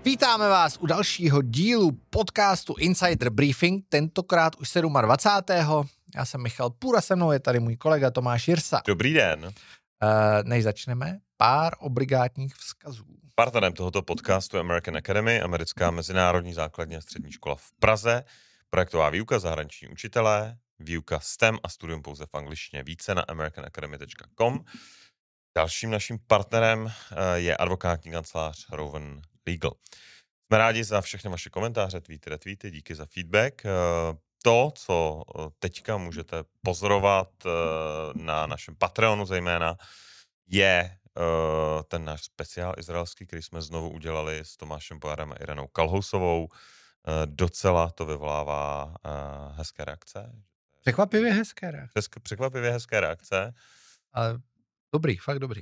Vítáme vás u dalšího dílu podcastu Insider Briefing, tentokrát už 27. Já jsem Michal Půra, se mnou je tady můj kolega Tomáš Jirsa. Dobrý den. Než začneme, pár obligátních vzkazů. Partnerem tohoto podcastu je American Academy, americká mezinárodní základní a střední škola v Praze, projektová výuka, zahraniční učitelé, výuka STEM a studium pouze v angličtině. Více na americanacademy.com. Dalším naším partnerem je advokátní kancelář Rowan Legal. Jsme rádi za všechny vaše komentáře, tweety, retweety, díky za feedback. To, co teďka můžete pozorovat na našem Patreonu zejména, je ten náš speciál izraelský, který jsme znovu udělali s Tomášem Pojarem a Irenou Kalhousovou. Docela to vyvolává hezké reakce. Překvapivě hezké reakce. Překvapivě hezké reakce. Ale dobrý, fakt dobrý.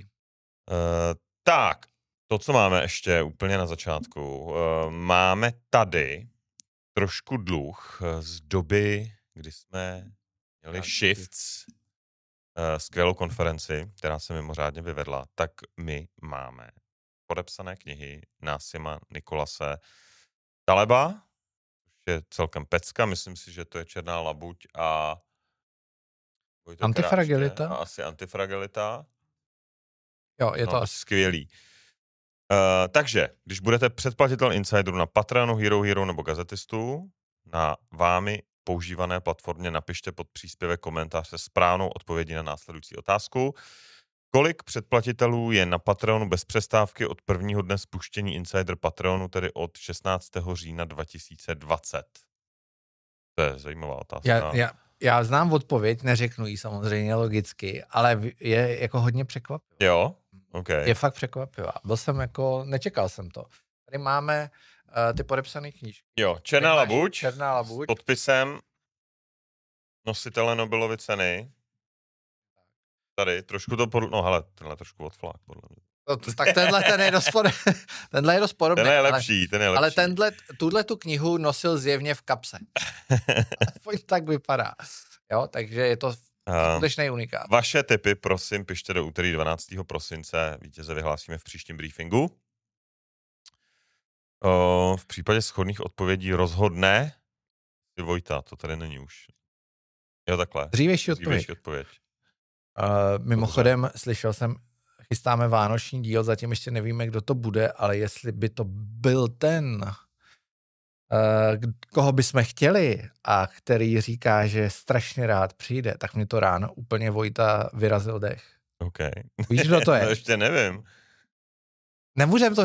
Tak, to, co máme ještě úplně na začátku. Máme tady trošku dluh z doby, kdy jsme měli Shifts, skvělou konferenci, která se mimořádně vyvedla, tak my máme podepsané knihy Násima Nikolase Taleba, což je celkem pecka, myslím si, že to je Černá labuť a Antifragilita. A asi Antifragilita. Jo, je to asi skvělý. Takže, když budete předplatitel Insideru na Patreonu, Hero nebo Gazetistu, na vámi používané platformě napište pod příspěvek komentář se správnou odpovědí na následující otázku. Kolik předplatitelů je na Patreonu bez přestávky od prvního dne spuštění Insider Patreonu, tedy od 16. října 2020? To je zajímavá otázka. Já znám odpověď, neřeknu ji samozřejmě logicky, ale je jako hodně překvapivá. Jo? Okay. Je fakt překvapivá. Nečekal jsem to. Tady máme ty podepsané knížky. Jo, Černá labuť. Černá labuť. S podpisem nositele Nobelovy ceny. Tady, trošku to no hele, tenhle trošku odflák, podle mě. No, tak tenhle je dost podobný. Ten je lepší. Ale tuhle tu knihu nosil zjevně v kapse. Aspoň tak vypadá. Jo, takže je to skutečný unikát. Vaše tipy, prosím, pište do úterý 12. prosince. Vítěze vyhlásíme v příštím briefingu. V případě shodných odpovědí rozhodne Vojta, to tady není už. Jo, takhle. Dřívější odpověď. Mimochodem, slyšel jsem, chystáme vánoční díl, zatím ještě nevíme, kdo to bude, ale jestli by to byl ten, koho bychom chtěli a který říká, že strašně rád přijde, tak mě to ráno úplně Vojta vyrazil dech. Okay. Víš, kdo to je? No, ještě nevím. Nebudem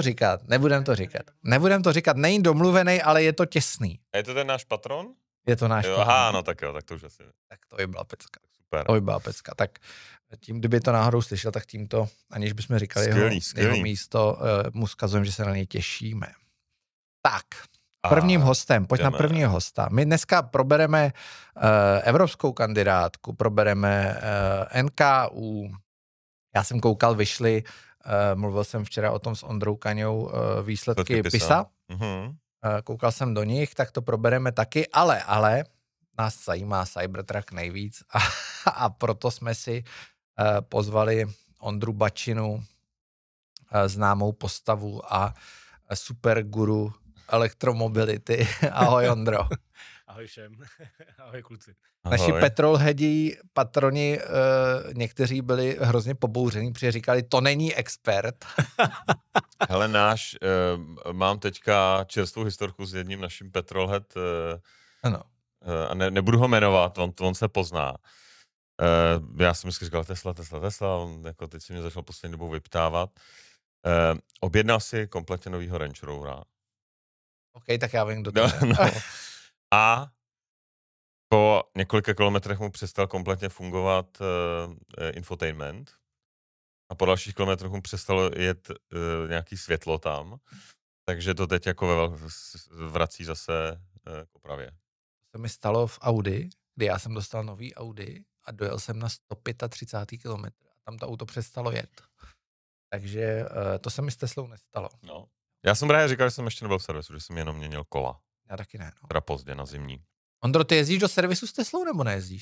to říkat, není domluvený, ale je to těsný. A je to ten náš patron? Je to náš patron. Aha, no tak jo, tak to už asi. Tak to by byla pecka. Super. To by byla pecka. Tak tím, kdyby to náhodou slyšel, tak tímto, aniž bychom říkali jeho místo, mu vzkazujeme, že se na něj těšíme. Tak, prvním hostem, pojď na prvního hosta. My dneska probereme evropskou kandidátku, probereme NKÚ. Já jsem koukal, vyšly, mluvil jsem včera o tom s Ondrou Kaňou, výsledky PISA. Mm-hmm. Koukal jsem do nich, tak to probereme taky, ale nás zajímá Cybertruck nejvíc a proto jsme si pozvali Ondru Bačinu, známou postavu a superguru elektromobility. Ahoj, Ondro. Ahoj všem. Ahoj, kluci. Naši petrolheadi patroni, někteří byli hrozně pobouření, protože říkali, to není expert. Hele, mám teďka čerstvou historku s jedním naším petrolhead. Ano. A nebudu ho jmenovat, on se pozná. Já jsem vždycky říkal Tesla, on jako teď si mě začal poslední dobou vyptávat. Objednal si kompletně novýho Range Rovera. OK, tak já vím, kdo to je. No. A po několika kilometrech mu přestal kompletně fungovat infotainment. A po dalších kilometrech mu přestalo jet nějaký světlo tam. Takže to teď jako vrací zase k opravě. To mi stalo v Audi, kdy já jsem dostal nový Audi a dojel jsem na 135. kilometr a tam to auto přestalo jet. Takže to se mi s Teslou nestalo. No. Já jsem právě říkal, že jsem ještě nebyl v servisu, že jsem jenom měnil kola. Já taky ne. No. Teda pozdě na zimní. Ondro, ty jezdíš do servisu s Teslou nebo nejezdíš?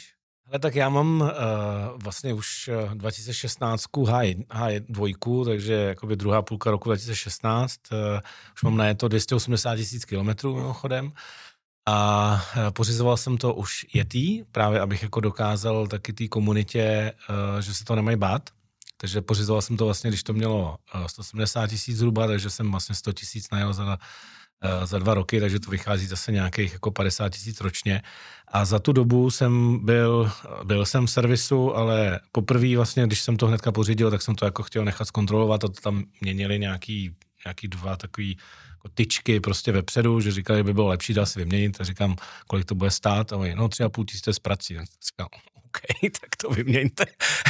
Ale tak já mám vlastně už 2016 H2, takže jakoby druhá půlka roku 2016. Už mám najeto 280 000 kilometrů mimochodem. A pořizoval jsem to už Yeti, právě abych jako dokázal taky té komunitě, že se to nemají bát. Takže pořizoval jsem to vlastně, když to mělo 170 000 zhruba, takže jsem vlastně 100 000 najel za 2 roky, takže to vychází zase nějakých jako 50 000 ročně. A za tu dobu jsem byl jsem v servisu, ale poprvé vlastně, když jsem to hnedka pořídil, tak jsem to jako chtěl nechat zkontrolovat a to tam měnili nějaký 2 takový jako tyčky prostě vepředu, že říkali, že by bylo lepší, dá si vyměnit a říkám, kolik to bude stát a oni, 3,5 tisíce z prací. Říkám, OK, tak to vyměňte.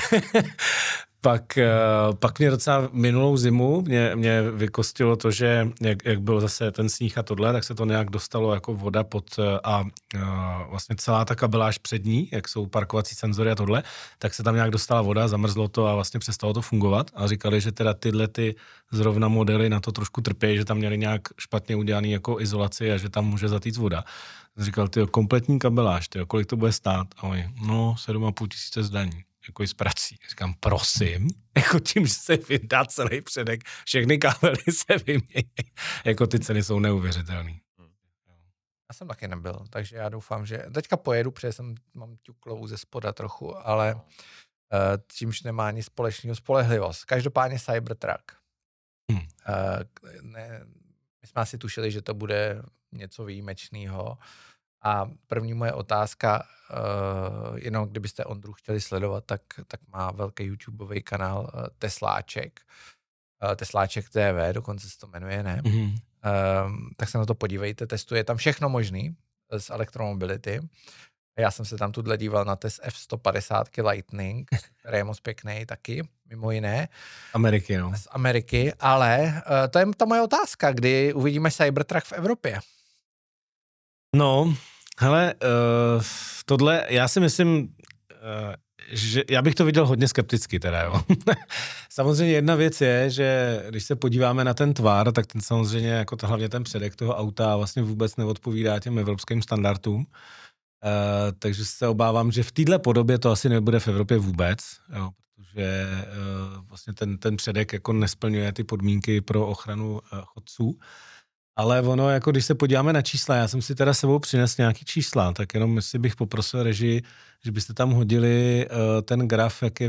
Pak mě docela minulou zimu mě vykostilo to, že jak byl zase ten sníh a tohle, tak se to nějak dostalo jako voda pod a vlastně celá ta kabeláž přední, jak jsou parkovací senzory a tohle, tak se tam nějak dostala voda, zamrzlo to a vlastně přestalo to fungovat a říkali, že teda tyhle ty zrovna modely na to trošku trpějí, že tam měli nějak špatně udělaný jako izolaci a že tam může zatýct voda. Říkal, kompletní kabeláž, kolik to bude stát? A oni, 7,5 tisíce zdaní. Jako i s prací. Říkám, prosím, jako tím, že se vydá celý předek, všechny kabely se vymění. Jako ty ceny jsou neuvěřitelný. Já jsem taky nebyl, takže já doufám, že teďka pojedu, protože mám ťuklou ze spoda trochu, ale tímž nemá nic společného spolehlivost. Každopádně Cybertruck. My jsme asi tušili, že to bude něco výjimečného. A první moje otázka, jenom kdybyste Ondru chtěli sledovat, tak má velký YouTubeový kanál Tesláček. Tesláček TV, dokonce se to jmenuje, ne? Mm-hmm. Tak se na to podívejte, testuje tam všechno možný z elektromobility. Já jsem se tam tudle díval na test F-150 Lightning, který je moc pěkný taky, mimo jiné. Ameriky, no. Z Ameriky, ale to je ta moje otázka, kdy uvidíme Cybertruck v Evropě. No, hele, tohle, já si myslím, že já bych to viděl hodně skepticky teda, jo. Samozřejmě jedna věc je, že když se podíváme na ten tvar, tak ten samozřejmě, jako hlavně ten předek toho auta vlastně vůbec neodpovídá těm evropským standardům. Takže se obávám, že v této podobě to asi nebude v Evropě vůbec, jo, protože vlastně ten předek jako nesplňuje ty podmínky pro ochranu chodců. Ale ono, jako když se podíváme na čísla, já jsem si teda sebou přinesl nějaký čísla, tak jenom jestli bych poprosil režii, že byste tam hodili ten graf, jak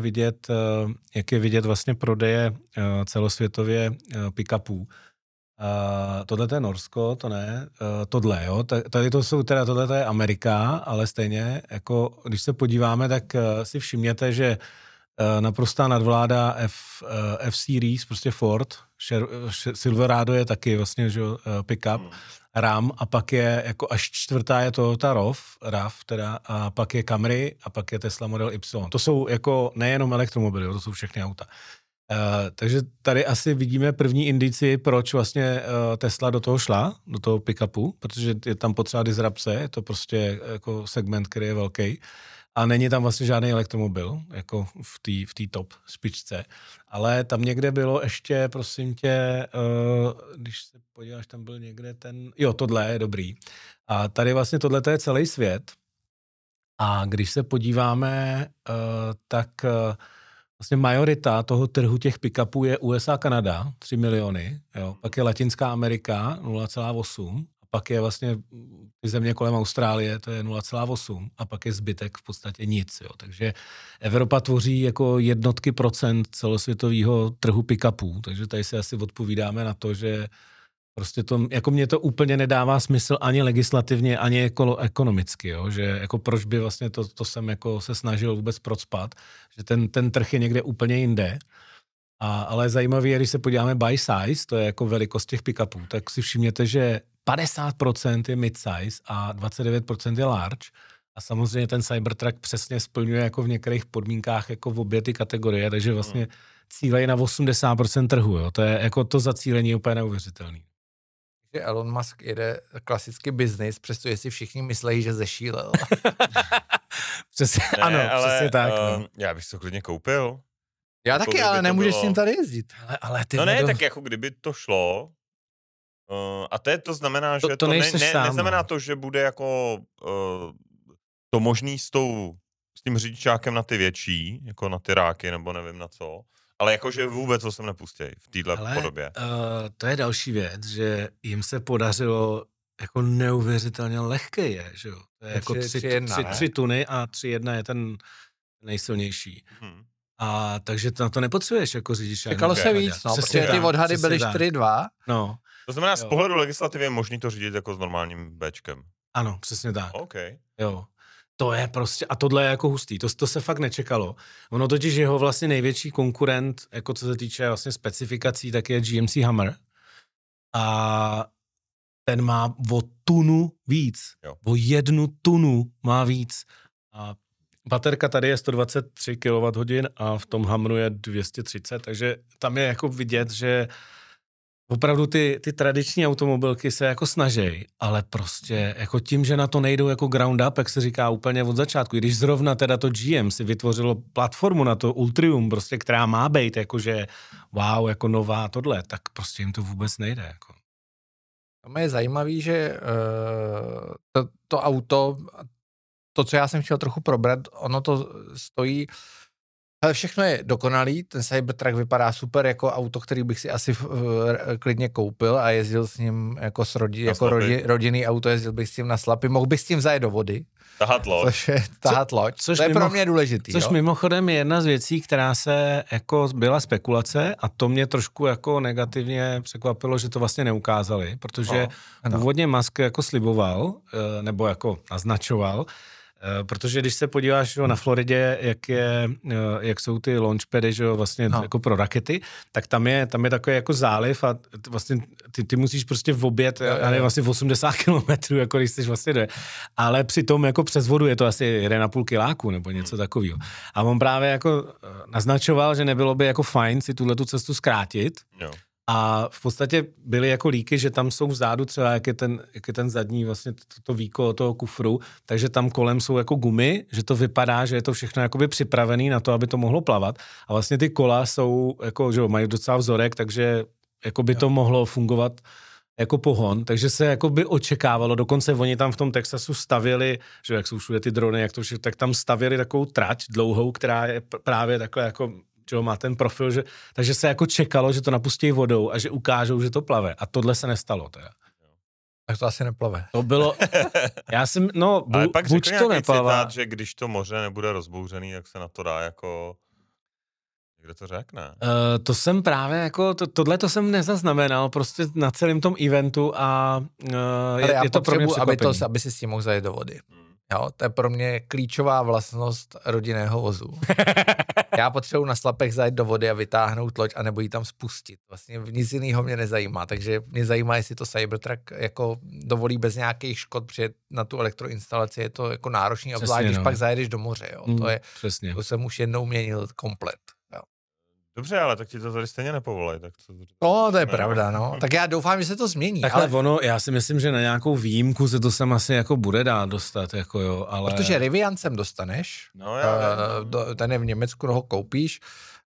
je vidět vlastně prodeje celosvětově pick-upů. Tohle je Norsko, to ne, tohle, jo, tady to jsou teda, tohle je Amerika, ale stejně, jako když se podíváme, tak si všimněte, že naprostá nadvláda F-Series, prostě Ford, Silverado je taky vlastně, že pick-up, Ram a pak je jako až čtvrtá je Toyota RAV teda, a pak je Camry a pak je Tesla Model Y. To jsou jako nejenom elektromobily, to jsou všechny auta. Takže tady asi vidíme první indici, proč vlastně Tesla do toho šla, do toho pick-upu, protože je tam potřeba disrupce, je to prostě jako segment, který je velký. A není tam vlastně žádný elektromobil, jako v té top špičce. Ale tam někde bylo ještě, prosím tě, když se podíváš, tam byl někde ten... Jo, tohle je dobrý. A tady vlastně tohle je celý svět. A když se podíváme, tak vlastně majorita toho trhu těch pick-upů je USA, Kanada, 3 miliony. Jo. Pak je Latinská Amerika, 0,8. Pak je vlastně ty země kolem Austrálie, to je 0,8 a pak je zbytek v podstatě nic. Jo. Takže Evropa tvoří jako jednotky procent celosvětového trhu pick-upů, takže tady si asi odpovídáme na to, že prostě to, jako mně to úplně nedává smysl ani legislativně, ani ekonomicky, jo. Že jako proč by vlastně to jsem jako se snažil vůbec procpat, že ten trh je někde úplně jinde. Ale zajímavé je, když se podíváme by size, to je jako velikost těch pick-upů, tak si všimněte, že 50% je mid-size a 29% je large. A samozřejmě ten Cybertruck přesně splňuje jako v některých podmínkách jako v obě ty kategorie, takže vlastně cílejí na 80% trhu. Jo. To je jako to zacílení úplně neuvěřitelný. Že Elon Musk jede klasický biznis, přestože si všichni myslejí, že zešílel. Přesně, ne, ano, přesně tak. Já bych to klidně koupil. Já jako taky, ale nemůžeš s tím tady jezdit. Ale ty tak jako kdyby to šlo, a to znamená, že to neznamená to, že bude jako to možný s tou s tím řidičákem na ty větší, jako na ty ráky, nebo nevím na co, ale jakože vůbec to sem nepustěj v téhle podobě. To je další věc, že jim se podařilo jako neuvěřitelně lehké je, že jo. To je jako 3 tuny a 3.1 je ten nejsilnější. A takže na to nepotřebuješ jako řidičák. Čekalo se víc, no, protože ty odhady byly 4.2. No. To znamená, z pohledu legislativy je možný to řídit jako s normálním Bčkem. Ano, přesně tak. Okay. Jo. To je prostě, a tohle je jako hustý, to se fakt nečekalo. Ono totiž jeho vlastně největší konkurent, jako co se týče vlastně specifikací, tak je GMC Hummer. A ten má o tunu víc. Jo. O 1 tunu má víc. A baterka tady je 123 kWh a v tom Hummeru je 230, takže tam je jako vidět, že opravdu ty tradiční automobilky se jako snaží, ale prostě jako tím, že na to nejdou jako ground up, jak se říká úplně od začátku. Když zrovna teda to GM si vytvořilo platformu na to Ultrium, prostě, která má být jakože wow, jako nová tohle, tak prostě jim to vůbec nejde. Jako. To je zajímavý, že to auto, to, co já jsem chtěl trochu probrat, ono to stojí. Ale všechno je dokonalý, ten Cybertruck vypadá super jako auto, který bych si asi klidně koupil a jezdil s ním jako rodinný auto, jezdil bych s tím na slapy, mohl bych s tím zajet do vody. Tahat loď. To je pro mě důležitý. Což mimochodem je jedna z věcí, která se jako byla spekulace a to mě trošku jako negativně překvapilo, že to vlastně neukázali, protože původně Musk jako sliboval, nebo jako naznačoval, protože když se podíváš na Floridě, jak jsou ty launchpady, že vlastně jako pro rakety, tak tam je takový jako záliv a vlastně ty musíš prostě v obět, já nevím, vlastně 80 kilometrů, jako když jsi vlastně jde. Ale přitom jako přes vodu je to asi 1,5 kiláku nebo něco takového. A on právě jako naznačoval, že nebylo by jako fajn si tuhletu cestu zkrátit. Jo. A v podstatě byly jako líky, že tam jsou vzadu třeba, jak je ten zadní vlastně to víko toho kufru, takže tam kolem jsou jako gumy, že to vypadá, že je to všechno jakoby připravený na to, aby to mohlo plavat. A vlastně ty kola jsou, jako, že mají docela vzorek, takže jako by to mohlo fungovat jako pohon, takže se jako by očekávalo, dokonce oni tam v tom Texasu stavěli, že jak jsou všude ty drony, jak to všechno, tak tam stavěli takovou trať dlouhou, která je právě takhle jako že má ten profil, takže se jako čekalo, že to napustí vodou a že ukážou, že to plave. A tohle se nestalo teda. Tak to asi neplave. To bylo, já jsem, ale pak buď to neplave. Citát, že když to moře nebude rozbouřený, jak se na to dá jako, někdo to řekne. To jsem právě jako, tohle to jsem nezaznamenal prostě na celém tom eventu a je to pro mě překvapení. Aby si s tím mohl zajet do vody. Jo, to je pro mě klíčová vlastnost rodinného vozu. Já potřebuji na slapech zajet do vody a vytáhnout loď, anebo ji tam spustit. Vlastně nic jiného mě nezajímá, takže mě zajímá, jestli to Cybertruck jako dovolí bez nějakých škod, protože na tu elektroinstalaci je to jako náročný, obzvlášť když pak zajedeš do moře. Jo. To je, přesně. To jsem už jednou měnil komplet. Jo. Dobře, ale tak ti to tady stejně nepovolají. To je pravda, no. Tak já doufám, že se to změní. Takhle já si myslím, že na nějakou výjimku se to sem asi jako bude dát dostat, jako jo, ale... Protože Rivian sem dostaneš, ten je v Německu, ho koupíš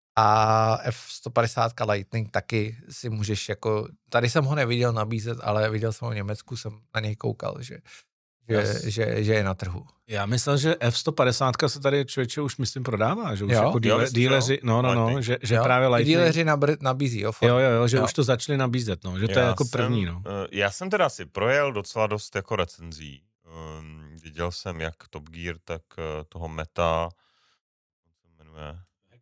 a F-150 Lightning taky si můžeš jako, tady jsem ho neviděl nabízet, ale viděl jsem ho v Německu, jsem na něj koukal, že je na trhu. Já myslel, že F-150 se tady člověče už myslím prodává, že už jo? jako díleři, že právě Lightning. Díleři nabízí, jo? Že už to začali nabízet, že to je jako první, Já jsem teda si projel docela dost jako recenzí. Viděl jsem jak Top Gear, tak toho Meta, jak se jmenuje?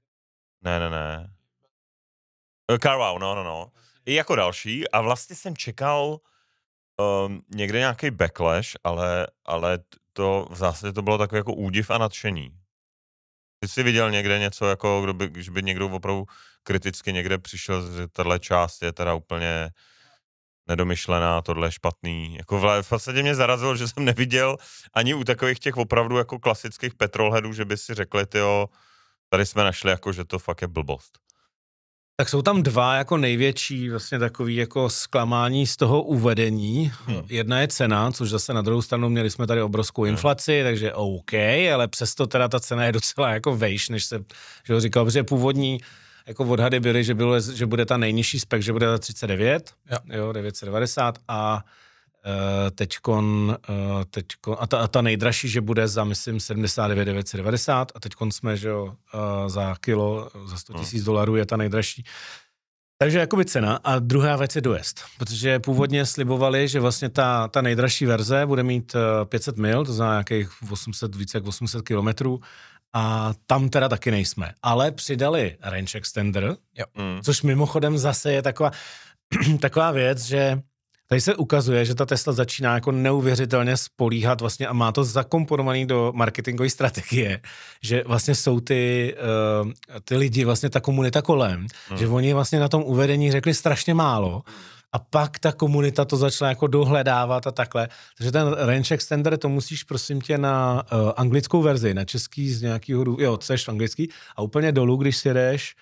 Ne. CarWow, no. I jako další a vlastně jsem čekal někde nějaký backlash, ale to v zásadě to bylo takové jako údiv a nadšení. Ty jsi viděl někde něco, jako když by někdo opravdu kriticky někde přišel, že tahle část je teda úplně nedomyšlená, tohle je špatný. Jako v podstatě mě zarazilo, že jsem neviděl ani u takových těch opravdu jako klasických petrolheadů, že by si řekli, tyjo, tady jsme našli jako, že to fakt je blbost. Tak jsou tam dva jako největší vlastně takový jako zklamání z toho uvedení. Jedna je cena, což zase na druhou stranu měli jsme tady obrovskou inflaci, takže OK, ale přesto teda ta cena je docela jako vejš, než se říkal, protože původní jako odhady byly, že bude ta nejnižší spec, že bude za 39, jo 990 a teďkon a ta nejdražší, že bude za, myslím, 79 990 a teďkon jsme, že jo, za kilo, za $100,000 je ta nejdražší. Takže jakoby cena. A druhá věc je dojezd, protože původně slibovali, že vlastně ta nejdražší verze bude mít 500 mil, to znamená nějakých 800, více jak 800 kilometrů, a tam teda taky nejsme. Ale přidali range extender, což mimochodem zase je taková věc, že tady se ukazuje, že ta Tesla začíná jako neuvěřitelně spolíhat vlastně a má to zakomponovaný do marketingové strategie, že vlastně jsou ty lidi, vlastně ta komunita kolem, že oni vlastně na tom uvedení řekli strašně málo a pak ta komunita to začala jako dohledávat a takhle. Takže ten range extender to musíš prosím tě na anglickou verzi, na český z nějakého, chceš anglický a úplně dolů, když si jdeš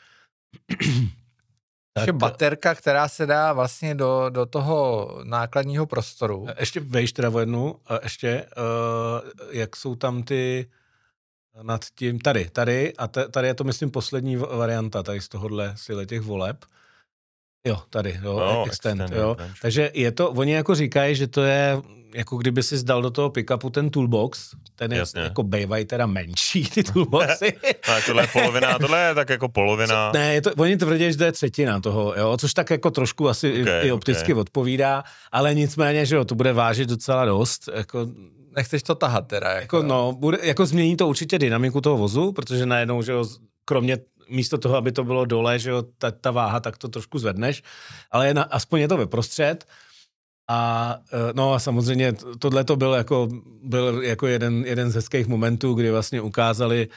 tak baterka, která se dá vlastně do toho nákladního prostoru. Ještě vejš teda o jednu, ještě, jak jsou tam ty nad tím, tady a tady je to, myslím, poslední varianta, tady z tohohle těch voleb. Jo, tady, extend, jo. Takže je to, oni jako říkají, že to je, jako kdyby si zdal do toho pick-upu ten toolbox, ten je jako bývají teda menší, ty toolboxy. Tak tohle je polovina, tohle je tak jako polovina. Ne, oni tvrdí, že to je třetina toho, jo, což tak jako trošku asi i opticky odpovídá, ale nicméně, že jo, to bude vážit docela dost, jako... Nechceš to tahat teda, jako... Jako změní to určitě dynamiku toho vozu, protože najednou, že jo, kromě místo toho, aby to bylo dole, že jo, ta váha, tak to trošku zvedneš, ale aspoň je to ve prostřed. A a samozřejmě tohle to byl jako jeden z hezkých momentů, kdy vlastně ukázali,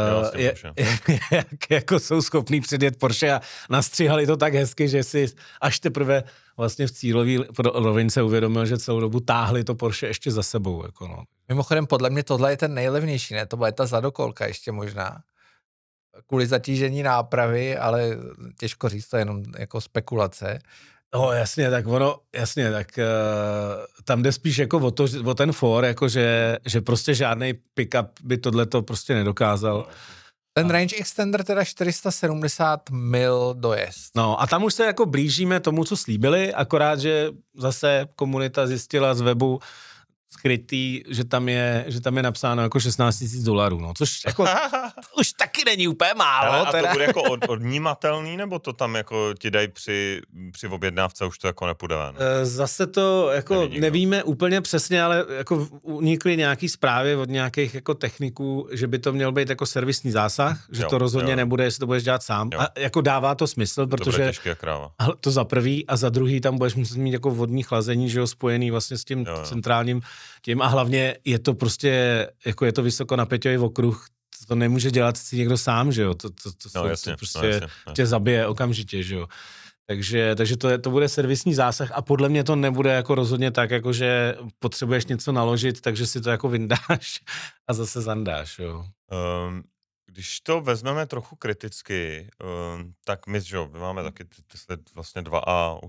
jak jako jsou schopní předjet Porsche a nastříhali to tak hezky, že si až teprve vlastně v cílové rovince uvědomil, že celou dobu táhli to Porsche ještě za sebou. Jako no. Mimochodem, podle mě tohle je ten nejlevnější, ne? To bude ta zadokolka ještě možná. Kvůli zatížení nápravy, ale těžko říct, to je jenom jako spekulace. No jasně, tak tam jde spíš jako o ten for, jako že prostě žádný pick-up by tohleto prostě nedokázal. Ten range extender teda 470 mil dojezd. No a tam už se jako blížíme tomu, co slíbili, akorát, že zase komunita zjistila z webu skrytý, že tam je napsáno jako $16,000, no, což jako už taky není úplně málo. Ale a to bude jako odnímatelný, nebo to tam jako ti dají při objednávce, už to jako nepůjde ven? Zase to jako nevíme úplně přesně, ale jako unikly nějaký zprávy od nějakých jako techniků, že by to měl být jako servisní zásah, že to rozhodně nebude, jestli to budeš dělat sám. A jako dává to smysl, protože to bude těžké kráva. To za prvý a za druhý tam budeš muset mít jako vodní chlazení, že jo, spojený vlastně s tím centrálním tím a hlavně je to prostě, jako je to vysokonapěťový okruh, to nemůže dělat si někdo sám, že jo, to prostě tě zabije okamžitě, že jo. Takže to bude servisní zásah a podle mě to nebude jako rozhodně tak, jako že potřebuješ něco naložit, takže si to jako vyndáš a zase zandáš, jo. Když to vezmeme trochu kriticky, tak my máme taky vlastně 2 a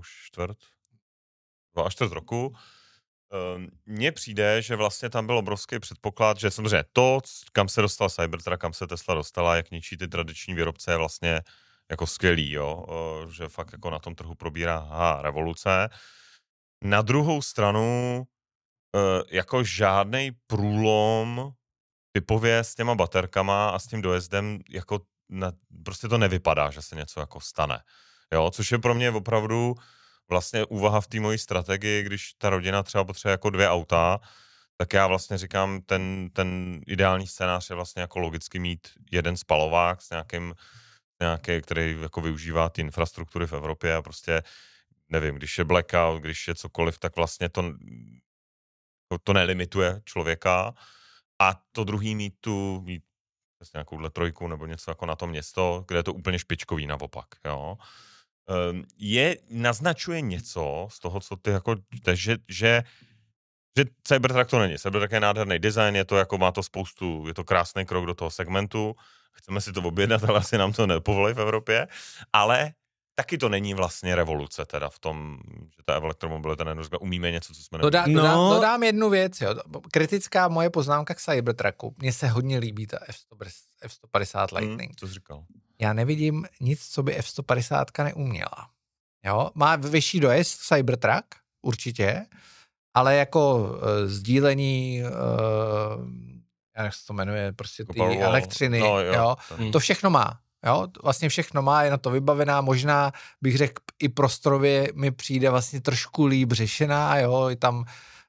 čtvrt roku. Mně přijde, že vlastně tam byl obrovský předpoklad, že samozřejmě to, kam se dostal Cybertruck, kam se Tesla dostala, jak ničí ty tradiční výrobce, je vlastně jako skvělý, jo? Že fakt jako na tom trhu probírá revoluce. Na druhou stranu, jako žádnej průlom typově s těma baterkama a s tím dojezdem, jako prostě to nevypadá, že se něco jako stane. Jo? Což je pro mě opravdu vlastně úvaha v té mojí strategii, když ta rodina třeba potřebuje jako 2 auta, tak já vlastně říkám, ten ideální scénář je vlastně jako logicky mít jeden spalovák s nějaký, který jako využívá ty infrastruktury v Evropě a prostě, nevím, když je blackout, když je cokoliv, tak vlastně to nelimituje člověka a to druhý mít nějakouhle trojku nebo něco jako na to město, kde je to úplně špičkový naopak, jo. Naznačuje něco z toho, co ty jako, že Cybertruck to není. Cybertruck je nádherný design, je to krásný krok do toho segmentu, chceme si to objednat, ale asi nám to nepovolí v Evropě, ale taky to není vlastně revoluce teda v tom, že ta elektromobilita umíme něco, co jsme Dodám jednu věc, jo. Kritická moje poznámka k Cybertrucku. Mně se hodně líbí ta F-150 Lightning. Co jsi říkal? Já nevidím nic, co by F-150 neuměla. Jo? Má vyšší dojezd Cybertruck, určitě, ale jako sdílení, jak se to jmenuje, prostě ty elektřiny, jo, to všechno má. Jo, vlastně všechno má, je na to vybavená, možná bych řekl i prostorově mi přijde vlastně trošku líp řešená, jo, je tam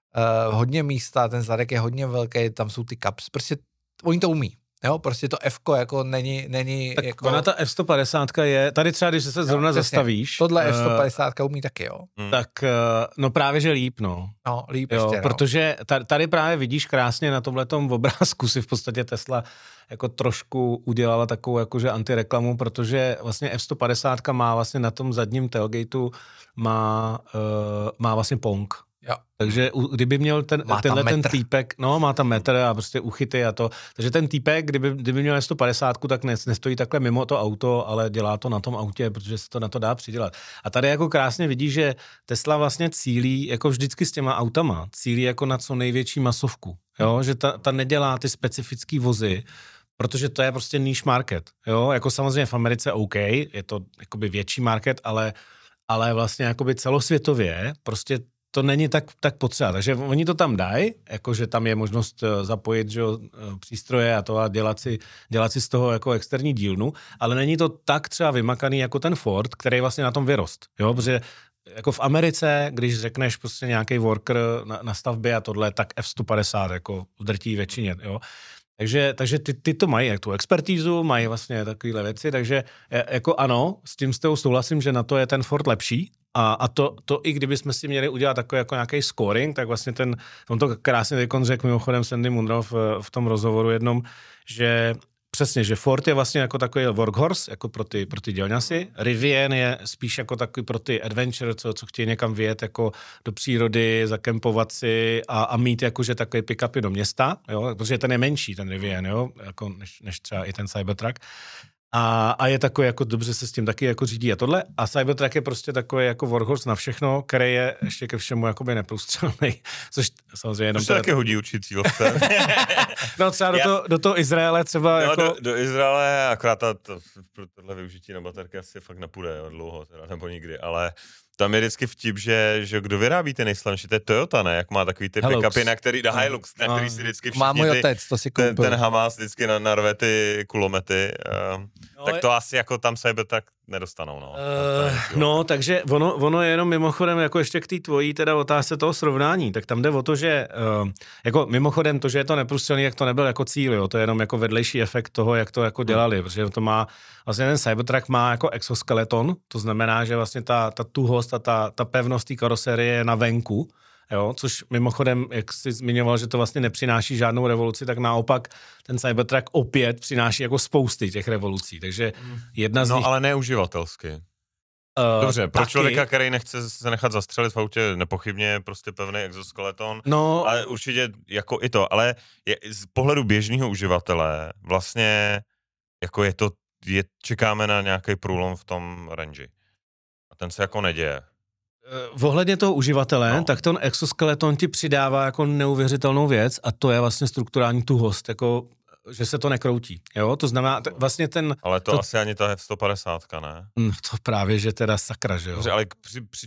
hodně místa, ten zadek je hodně velký, tam jsou ty caps, prostě oni to umí. Jo, prostě to F-ko jako není tak jako... ona ta F-150 je, tady třeba, když se zrovna zastavíš... Tohle F-150 umí taky, jo. Tak, no právě, že líp, no. No, líp jo, ještě, no. Protože tady právě vidíš krásně na tomhletom obrázku si v podstatě Tesla jako trošku udělala takovou jakože antireklamu, protože vlastně F-150 má vlastně na tom zadním tailgateu má vlastně Pong. Jo. Takže kdyby měl tenhle ten týpek, no má tam metr a prostě uchyty a to, takže ten týpek, kdyby měl 150, tak nestojí takhle mimo to auto, ale dělá to na tom autě, protože se to na to dá přidělat. A tady jako krásně vidíš, že Tesla vlastně cílí, jako vždycky s těma autama, cílí jako na co největší masovku, jo, že ta nedělá ty specifický vozy, protože to je prostě niche market, jo, jako samozřejmě v Americe OK, je to jakoby větší market, ale vlastně jakoby celosvětově prostě to není tak potřeba. Takže oni to tam dají, jakože tam je možnost zapojit že, přístroje a to a dělat si z toho jako externí dílnu, ale není to tak třeba vymakaný jako ten Ford, který vlastně na tom vyrost. Jo, protože jako v Americe, když řekneš prostě nějaký worker na stavbě a tohle, tak F-150 jako v drtí většině, jo. Takže ty to mají, jak tu expertízu, mají vlastně takovéhle věci, takže jako ano, s tím souhlasím, že na to je ten Ford lepší a to i kdybychom si měli udělat takový jako nějaký scoring, tak vlastně on to krásně teď řekl mimochodem Sandy Munro v tom rozhovoru jednom, že přesně, že Ford je vlastně jako takový workhorse, jako pro ty dělňasy. Rivian je spíš jako takový pro ty adventure, co chtějí někam vyjet jako do přírody, zakempovat si a mít jakože takový pick-upy do města, jo, protože ten je menší, ten Rivian, jo, jako než třeba i ten Cybertruck. A je takový, jako dobře se s tím taky jako řídí a tohle. A Cybertruck je prostě takový jako workhorse na všechno, který je ještě ke všemu jakoby neprůstřelný, což samozřejmě jenom... To se taky hodí určitý cílovce. No třeba do toho Izraele třeba no, jako... Do Izraele, akorát pro tohle využití na baterky asi fakt nepůjde, jo, dlouho, teda, nebo nikdy, ale tam je vždycky vtip, že kdo vyrábí ten nejslavnější, to je Toyota, ne? Jak má takový ty pick-upy, na který Hilux, na který si vždycky má můj otec, to si koupil. Ten Hamas vždycky narve ty kulomety, tak to asi jako tam Cybertruck nedostanou, no. No, takže ono je jenom mimochodem jako ještě k té tvojí teda otázce toho srovnání, tak tam jde o to, že jako mimochodem to, že je to neprůstřelný, jak to nebyl jako cíl, jo, to je jenom jako vedlejší efekt toho, jak to jako dělali, protože to má, vlastně ten Cybertruck má jako exoskeleton, to znamená, že vlastně ta tuhost a ta pevnost té karoserie je na venku, jo, což mimochodem, jak jsi zmiňoval, že to vlastně nepřináší žádnou revoluci, tak naopak ten Cybertruck opět přináší jako spousty těch revolucí, takže jedna z nich... No, ale neuživatelsky. Dobře, pro člověka, který nechce se nechat zastřelit v autě, nepochybně prostě pevný exoskeleton, no, ale určitě jako i to, ale z pohledu běžného uživatele vlastně jako čekáme na nějaký průlom v tom range. A ten se jako neděje. Ohledně toho uživatele, tak ten exoskeleton ti přidává jako neuvěřitelnou věc a to je vlastně strukturální tuhost, jako že se to nekroutí, jo, to znamená vlastně ten... Ale to asi ani ta F-150, ne? To právě, že teda sakra, že jo. Dobře, ale při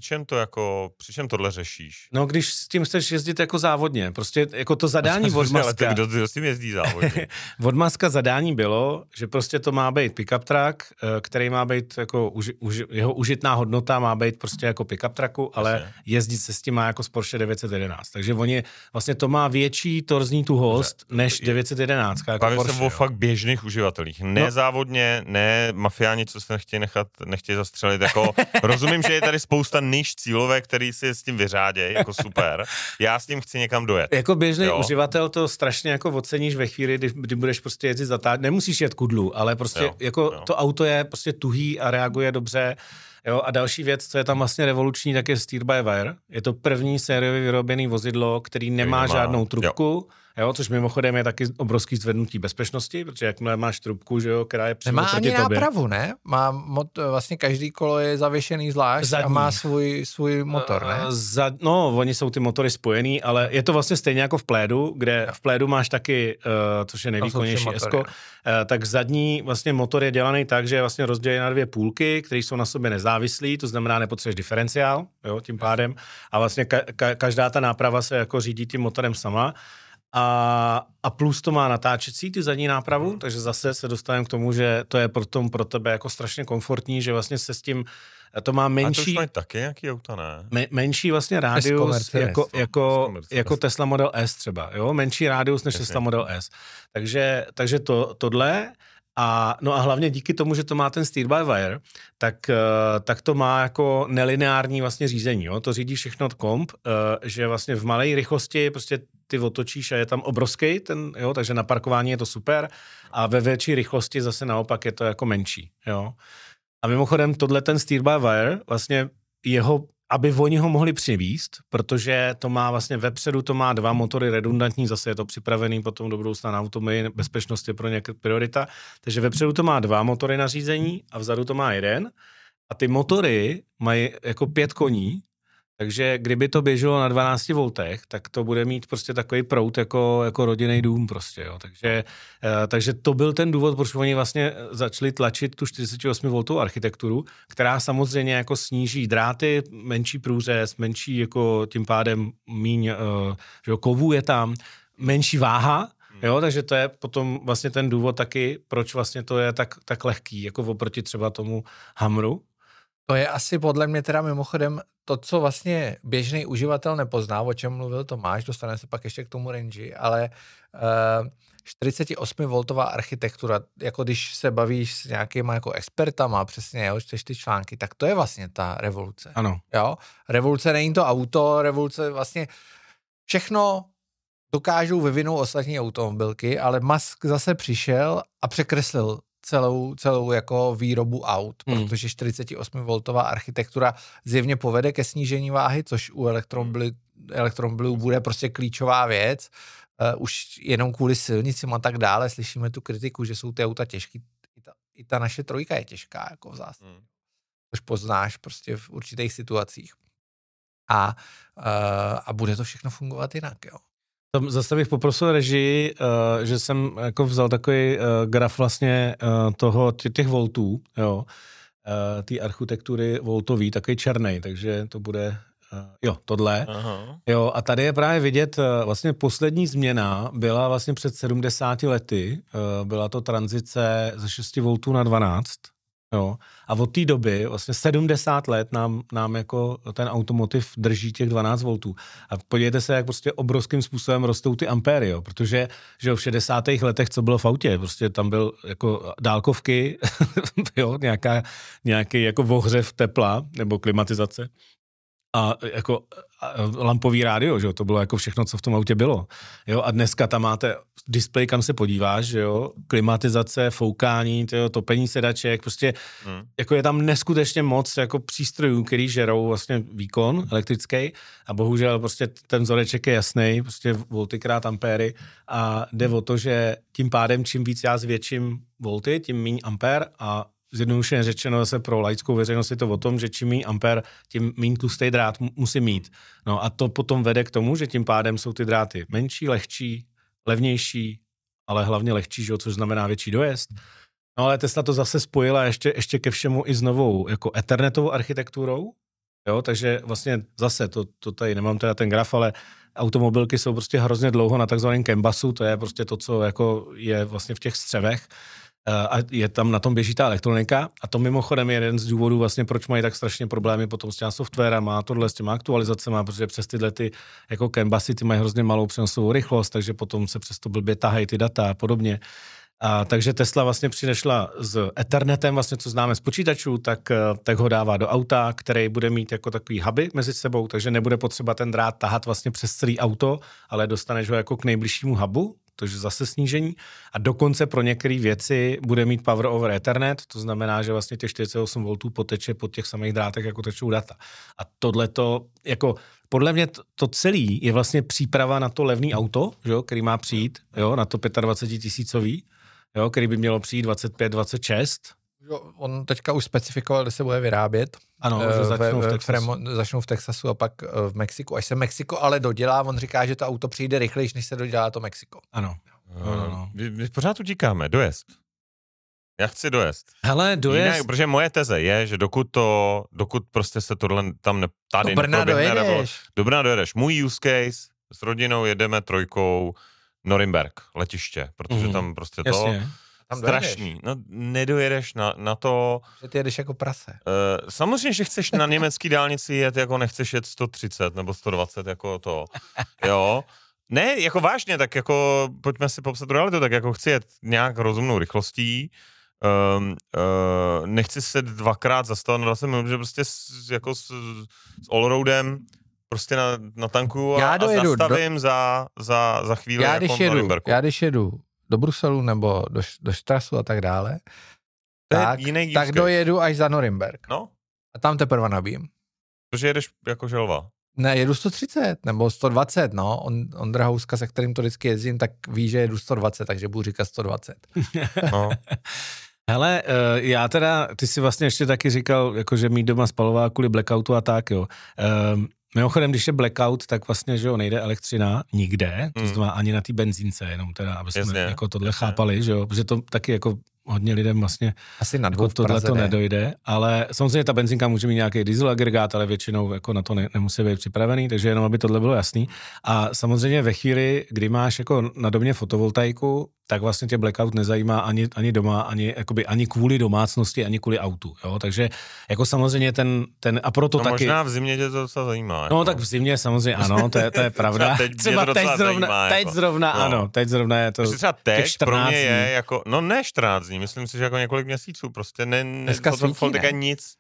čem tohle řešíš? No, když s tím chceš jezdit jako závodně, prostě jako to zadání od Muska... Ale kdo s tím jezdí závodně? Od Muska zadání bylo, že prostě to má být pick-up truck, který má být jako, jeho užitná hodnota má být prostě jako pick-up trucku, ale jezdit se s tím má jako z Porsche 911. Takže oni, vlastně to má větší torzní tuhost než 911. Bavím se o fakt běžných uživatelích. Ne závodně, ne mafiáni, co se nechtějí zastřelit. Jako, rozumím, že je tady spousta niž cílové, který si s tím vyřádějí, jako super. Já s tím chci někam dojet. Jako běžný uživatel to strašně jako oceníš ve chvíli, kdy budeš prostě jezdit nemusíš jet kudlu, ale prostě to auto je prostě tuhý a reaguje dobře. Jo, a další věc, co je tam vlastně revoluční, tak je steer-by-wire. Je to první sériově vyrobený vozidlo, který nemá žádnou trubku, jo, což mimochodem je taky obrovský zvednutí bezpečnosti, protože jakmile máš trubku, že jo, která je přímo proti tobě. Nemá ani nápravu, ne? Vlastně každý kolo je zavěšený zvlášť a má svůj motor, ne? Oni jsou ty motory spojený, ale je to vlastně stejně jako v Plédu, kde v Plédu máš taky, což je nejvýkonnější Esko, tak zadní vlastně motor je dělaný tak, že je vlastně rozdělený na dvě půlky, které jsou na sobě nezávislé. nezávislý, to znamená nepotřebuješ diferenciál, jo, tím pádem a vlastně každá ta náprava se jako řídí tím motorem sama a plus to má natáčecí ty zadní nápravu, takže zase se dostaneme k tomu, že to je pro tebe jako strašně komfortní, že vlastně se s tím to má menší... A to už mají taky nějaký auta, ne? Menší vlastně rádius jako Tesla Model S třeba, jo? Menší rádius než Tesla Model S. Takže tohle a hlavně díky tomu, že to má ten steer-by-wire, tak to má jako nelineární vlastně řízení, jo? To řídí všechno komp, že vlastně v malé rychlosti prostě ty otočíš a je tam obrovský jo? Takže na parkování je to super a ve větší rychlosti zase naopak je to jako menší, jo? A mimochodem tohle ten steer-by-wire, vlastně aby oni ho mohli přivízt, protože to má vlastně vepředu, to má 2 motory redundantní, zase je to připravený potom do budoucna na automy, bezpečnost je pro ně priorita, takže vepředu to má 2 motory na řízení a vzadu to má 1 a ty motory mají jako 5 koní, takže kdyby to běželo na 12 voltech, tak to bude mít prostě takový proud jako rodinný dům prostě, jo. Takže to byl ten důvod, proč oni vlastně začali tlačit tu 48 voltovou architekturu, která samozřejmě jako sníží dráty, menší průřez, menší jako tím pádem míň, že kovů je tam, menší váha, jo, takže to je potom vlastně ten důvod taky, proč vlastně to je tak lehký, jako oproti třeba tomu Hummeru. To je asi podle mě teda mimochodem to, co vlastně běžný uživatel nepozná, o čem mluvil Tomáš, dostaneme se pak ještě k tomu range, ale 48V architektura, jako když se bavíš s nějakýma jako expertama, přesně, jo, čteš ty články, tak to je vlastně ta revoluce. Ano. Jo? Revoluce není to auto, revoluce vlastně všechno dokážou vyvinout ostatní automobilky, ale Musk zase přišel a překreslil celou jako výrobu aut, protože 48V architektura zjevně povede ke snížení váhy, což u elektromobilů bude prostě klíčová věc. Už jenom kvůli silnicím a tak dále slyšíme tu kritiku, že jsou ty auta těžký. I ta naše trojka je těžká, jako v zásadě. Což poznáš prostě v určitých situacích. A bude to všechno fungovat jinak, jo. Zase bych poprosil režii, že jsem jako vzal takový graf vlastně těch voltů, jo, té architektury voltový, takový černej, takže to bude, tohle. Aha. Jo, a tady je právě vidět, vlastně poslední změna byla vlastně před 70 lety, byla to tranzice ze 6 voltů na 12, jo, a od té doby vlastně 70 let nám jako ten automotiv drží těch 12 voltů. A podívejte se, jak prostě obrovským způsobem rostou ty ampéry, jo, protože že v 60. letech, co bylo v autě, prostě tam byl jako dálkovky, jo, nějaký jako ohřev tepla nebo klimatizace a jako lampový rádio, že jo, to bylo jako všechno, co v tom autě bylo, jo, a dneska tam máte displej, kam se podíváš, že jo, klimatizace, foukání, topení sedaček, prostě jako je tam neskutečně moc jako přístrojů, který žerou vlastně výkon elektrický a bohužel prostě ten vzoreček je jasný, prostě volty krát ampéry a jde o to, že tím pádem čím víc já zvětším volty, tím méně ampér a zjednodušeně řečeno zase pro laickou veřejnost je to o tom, že čím méně ampér, tím méně tlustý drát musí mít. No a to potom vede k tomu, že tím pádem jsou ty dráty menší, lehčí, levnější, ale hlavně lehčí, že, což znamená větší dojezd. No ale Tesla to zase spojila ještě ke všemu i s novou jako ethernetovou architekturou, jo, takže vlastně zase, to tady nemám teda ten graf, ale automobilky jsou prostě hrozně dlouho na takzvaném CAN-busu, to je prostě to, co jako je vlastně v těch střevech, a je tam na tom běží ta elektronika a to mimochodem je jeden z důvodů vlastně, proč mají tak strašně problémy potom s těma softwarama a tohle s těma aktualizacemi, protože přes tyhle ty jako CAN-busy ty mají hrozně malou přenosovou rychlost, takže potom se přes to blbě tahají ty data a podobně. A takže Tesla vlastně přinešla s Ethernetem, vlastně co známe z počítačů, tak ho dává do auta, který bude mít jako takový huby mezi sebou, takže nebude potřeba ten drát tahat vlastně přes celý auto, ale dostaneš ho jako k nejbližšímu hubu, takže zase snížení. A dokonce pro některé věci bude mít Power over Ethernet, to znamená, že vlastně těch 48 V poteče pod těch samých drátech, jako tečou data. A tohleto, jako podle mě to celý je vlastně příprava na to levný auto, že, který má přijít, jo, na to 25 tisícový, jo, který by mělo přijít 25, 26. Jo, on teďka už specifikoval, kde se bude vyrábět. Ano, začnou v Texasu a pak v Mexiku. Až se Mexiko ale dodělá, on říká, že to auto přijde rychleji, než se dodělá to Mexiko. Ano. My pořád utíkáme, dojezd. Já chci dojezd. Hele, dojezd. Jinak, protože moje teze je, že dokud prostě se tohle tam tady do Brna dojedeš. Do Brna dojedeš. Můj use case, s rodinou jedeme 3 Norimberg, letiště, protože tam prostě Jasně. Tam strašný. No, nedojedeš na to... Že ty jedeš jako prase. Samozřejmě, že chceš na německý dálnici jet, jako nechceš jet 130 nebo 120, jako to. Jo. Ne, jako vážně, tak jako pojďme si popsat realitu, tak jako chci jet nějak rozumnou rychlostí, nechci se 2krát zastavit na 20 minut, že prostě jako s allroadem prostě natankuju a zastavím za chvíli jako Norimberku. Já když jedu do Bruselu nebo do Štrasu a tak dále, tak dojedu až za Norimberg. No. A tam teprve nabijím. Protože jedeš jako želva. Ne, jedu 130 nebo 120, no. Ondra Houska, se kterým to vždycky jezdím, tak ví, že jedu 120, takže budu říkat 120. No. Hele, já teda, ty si vlastně ještě taky říkal, jako že mít doma spalová kvůli blackoutu a tak, jo. Mimochodem, když je blackout, tak vlastně, že jo, nejde elektřina nikde, to znamená ani na té benzínce, jenom teda, aby jsme jako tohle chápali, že jo, protože to taky jako hodně lidem vlastně asi na jako tohle to nedojde, ale samozřejmě ta benzinka může mít nějaký diesel agregát, ale většinou jako na to nemusí být připravený, takže jenom aby tohle bylo jasný. A samozřejmě ve chvíli, kdy máš jako na domě fotovoltaiku, tak vlastně tě blackout nezajímá ani doma, ani kvůli domácnosti, ani kvůli autu, jo, takže jako samozřejmě ten a proto no, taky... možná v zimě tě to docela zajímá. Jako. No tak v zimě samozřejmě ano, to je pravda. Třeba teď zrovna ano, teď zrovna je to třeba teď pro mě je dní. jako, no ne 14 dní, myslím si, že jako několik měsíců, prostě fotovoltaika nic.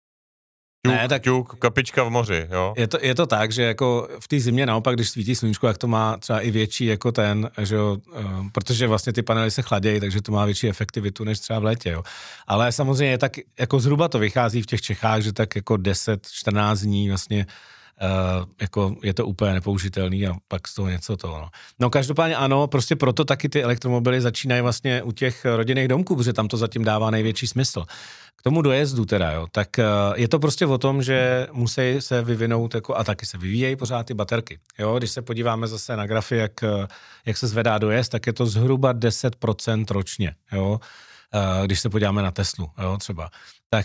Ťuk, kapička v moři, jo. Je to tak, že jako v té zimě naopak, když svítí sluníčko, jak to má třeba i větší jako ten, že jo, protože vlastně ty panely se chladějí, takže to má větší efektivitu než třeba v létě, jo. Ale samozřejmě tak jako zhruba to vychází v těch Čechách, že tak jako 10-14 dní vlastně jako je to úplně nepoužitelný a pak z toho něco to, no. No každopádně ano, prostě proto taky ty elektromobily začínají vlastně u těch rodinných domků, protože tam to zatím dává největší smysl. K tomu dojezdu teda, jo, tak je to prostě o tom, že musí se vyvinout jako, a taky se vyvíjejí pořád ty baterky, jo, když se podíváme zase na grafy, jak se zvedá dojezd, tak je to zhruba 10% ročně, jo, když se podíváme na Teslu, jo, třeba, tak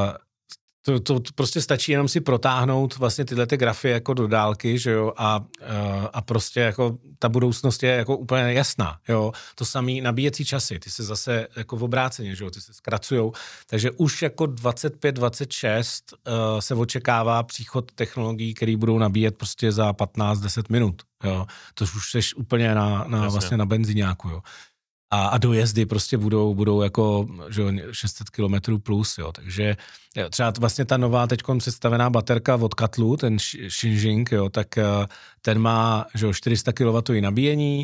to prostě stačí jenom si protáhnout vlastně tyhle ty grafy jako do dálky, že jo, a prostě jako ta budoucnost je jako úplně jasná, jo. To samý nabíjecí časy, ty se zase jako v obráceně, že jo, ty se zkracujou, takže už jako 25-26 se očekává příchod technologií, které budou nabíjet prostě za 15-10 minut, jo. To už seš úplně na vlastně na benziňáku, jo. A dojezdy prostě budou jako že 600 km plus, jo, takže třeba vlastně ta nová teďkon představená baterka od Katlu, ten Xinjing, jo, tak ten má že 400 kW nabíjení,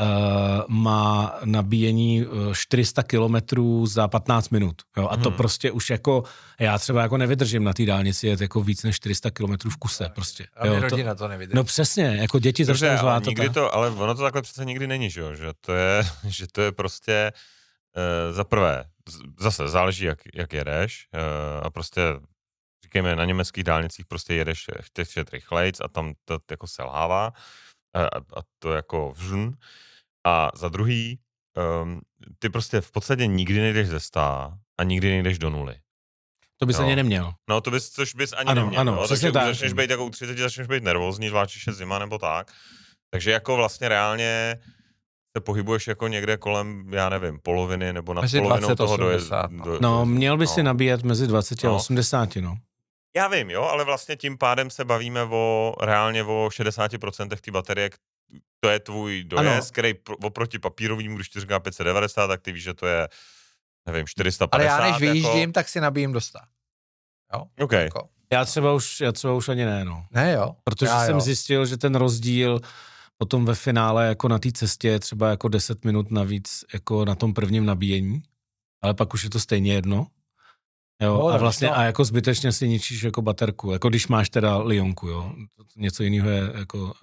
má nabíjení 400 km za 15 minut, jo, a to prostě už jako, já třeba jako nevydržím na té dálnici jet jako víc než 400 km v kuse, prostě. A jo, rodina to nevydrží. No přesně, jako děti začnou zvládat. Ale ono to takhle přece nikdy není, že jo, že to je prostě za prvé, zase záleží, jak jedeš a prostě říkejme, na německých dálnicích prostě jedeš, chceš jet rychlejc a tam to jako selhává a to jako vžn. A za druhý, ty prostě v podstatě nikdy nejdeš ze 100 a nikdy nejdeš do 0. To bys ani neměl. No, což bys ani neměl. Ano, takže tak. Začneš být jako u 30, začneš být nervózní, zvlášť, když je zima nebo tak. Takže jako vlastně reálně se pohybuješ jako někde kolem, já nevím, poloviny nebo nad polovinou toho dojezdu. No, měl by si nabíjet mezi 20 a 80, no. Já vím, jo, ale vlastně tím pádem se bavíme reálně o 60% té baterie. To je tvůj dojezd, který oproti papírovýmu, když ti říká 590, tak ty víš, že to je, nevím, 450. Ale já než vyjíždím, tak si nabijím do 100. Jo? Okay. Jako. Já třeba už ani ne, no. Ne, jo. Protože jsem zjistil, že ten rozdíl potom ve finále jako na té cestě je třeba jako 10 minut navíc jako na tom prvním nabíjení, ale pak už je to stejně jedno. Jo, a vlastně a jako zbytečně si ničíš jako baterku, jako když máš teda lionku, jo. Něco jiného je jako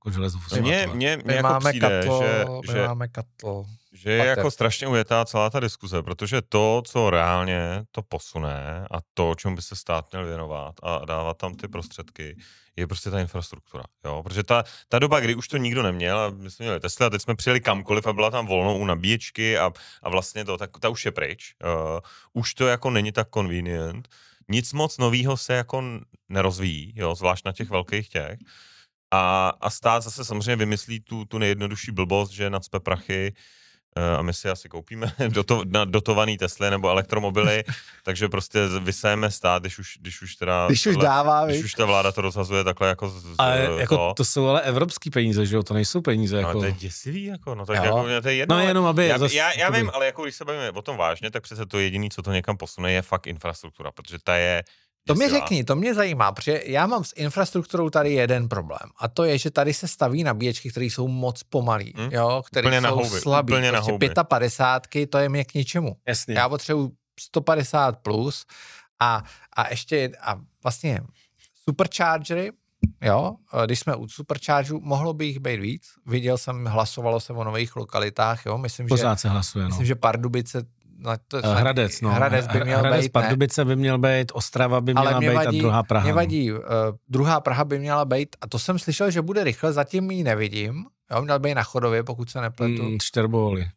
jako železo. Mně jako přijde, že máme katl. Že je jako strašně ujetá celá ta diskuze, protože to, co reálně to posune a to, o čem by se stát měl věnovat a dávat tam ty prostředky, je prostě ta infrastruktura. Jo? Protože ta doba, kdy už to nikdo neměl, a my jsme měli Tesla, a teď jsme přijeli kamkoliv a byla tam volnou u nabíječky a vlastně to, tak ta už je pryč. Už to jako není tak convenient. Nic moc novýho se jako nerozvíjí, jo? Zvlášť na těch velkých těch. A stát zase samozřejmě vymyslí tu nejjednodušší blbost, že nacpe prachy a my si asi koupíme dotovaný Tesly nebo elektromobily, takže prostě vysajeme stát, když už ta vláda to rozhazuje takhle jako to jsou ale evropský peníze, že jo, to nejsou peníze. No, jako... to je děsivý, jako, no tak jako, to je jedno. No jenom, aby... Já vím, ale jako když se bavíme o tom vážně, tak přece to jediné, co to někam posune, je fakt infrastruktura, protože ta je... To mi řekni, to mě zajímá, protože já mám s infrastrukturou tady jeden problém a to je, že tady se staví nabíječky, které jsou moc pomalý, jo, které jsou slabý. Prostě 55, to je mě k ničemu. Jasně. Já potřebuji 150 plus a ještě vlastně superchargery, jo, když jsme u superchargerů, mohlo by jich být víc. Viděl jsem, hlasovalo se o nových lokalitách, jo, Pořád se hlasuje, myslím, že Pardubice Hradec, no. Hradec by měl být, Pardubice by měl být, Ostrava by měla být a druhá Praha. Mě vadí, druhá Praha by měla být, a to jsem slyšel, že bude rychle, zatím ji nevidím, jo, měl být na Chodově, pokud se nepletu. Čtyřboholy,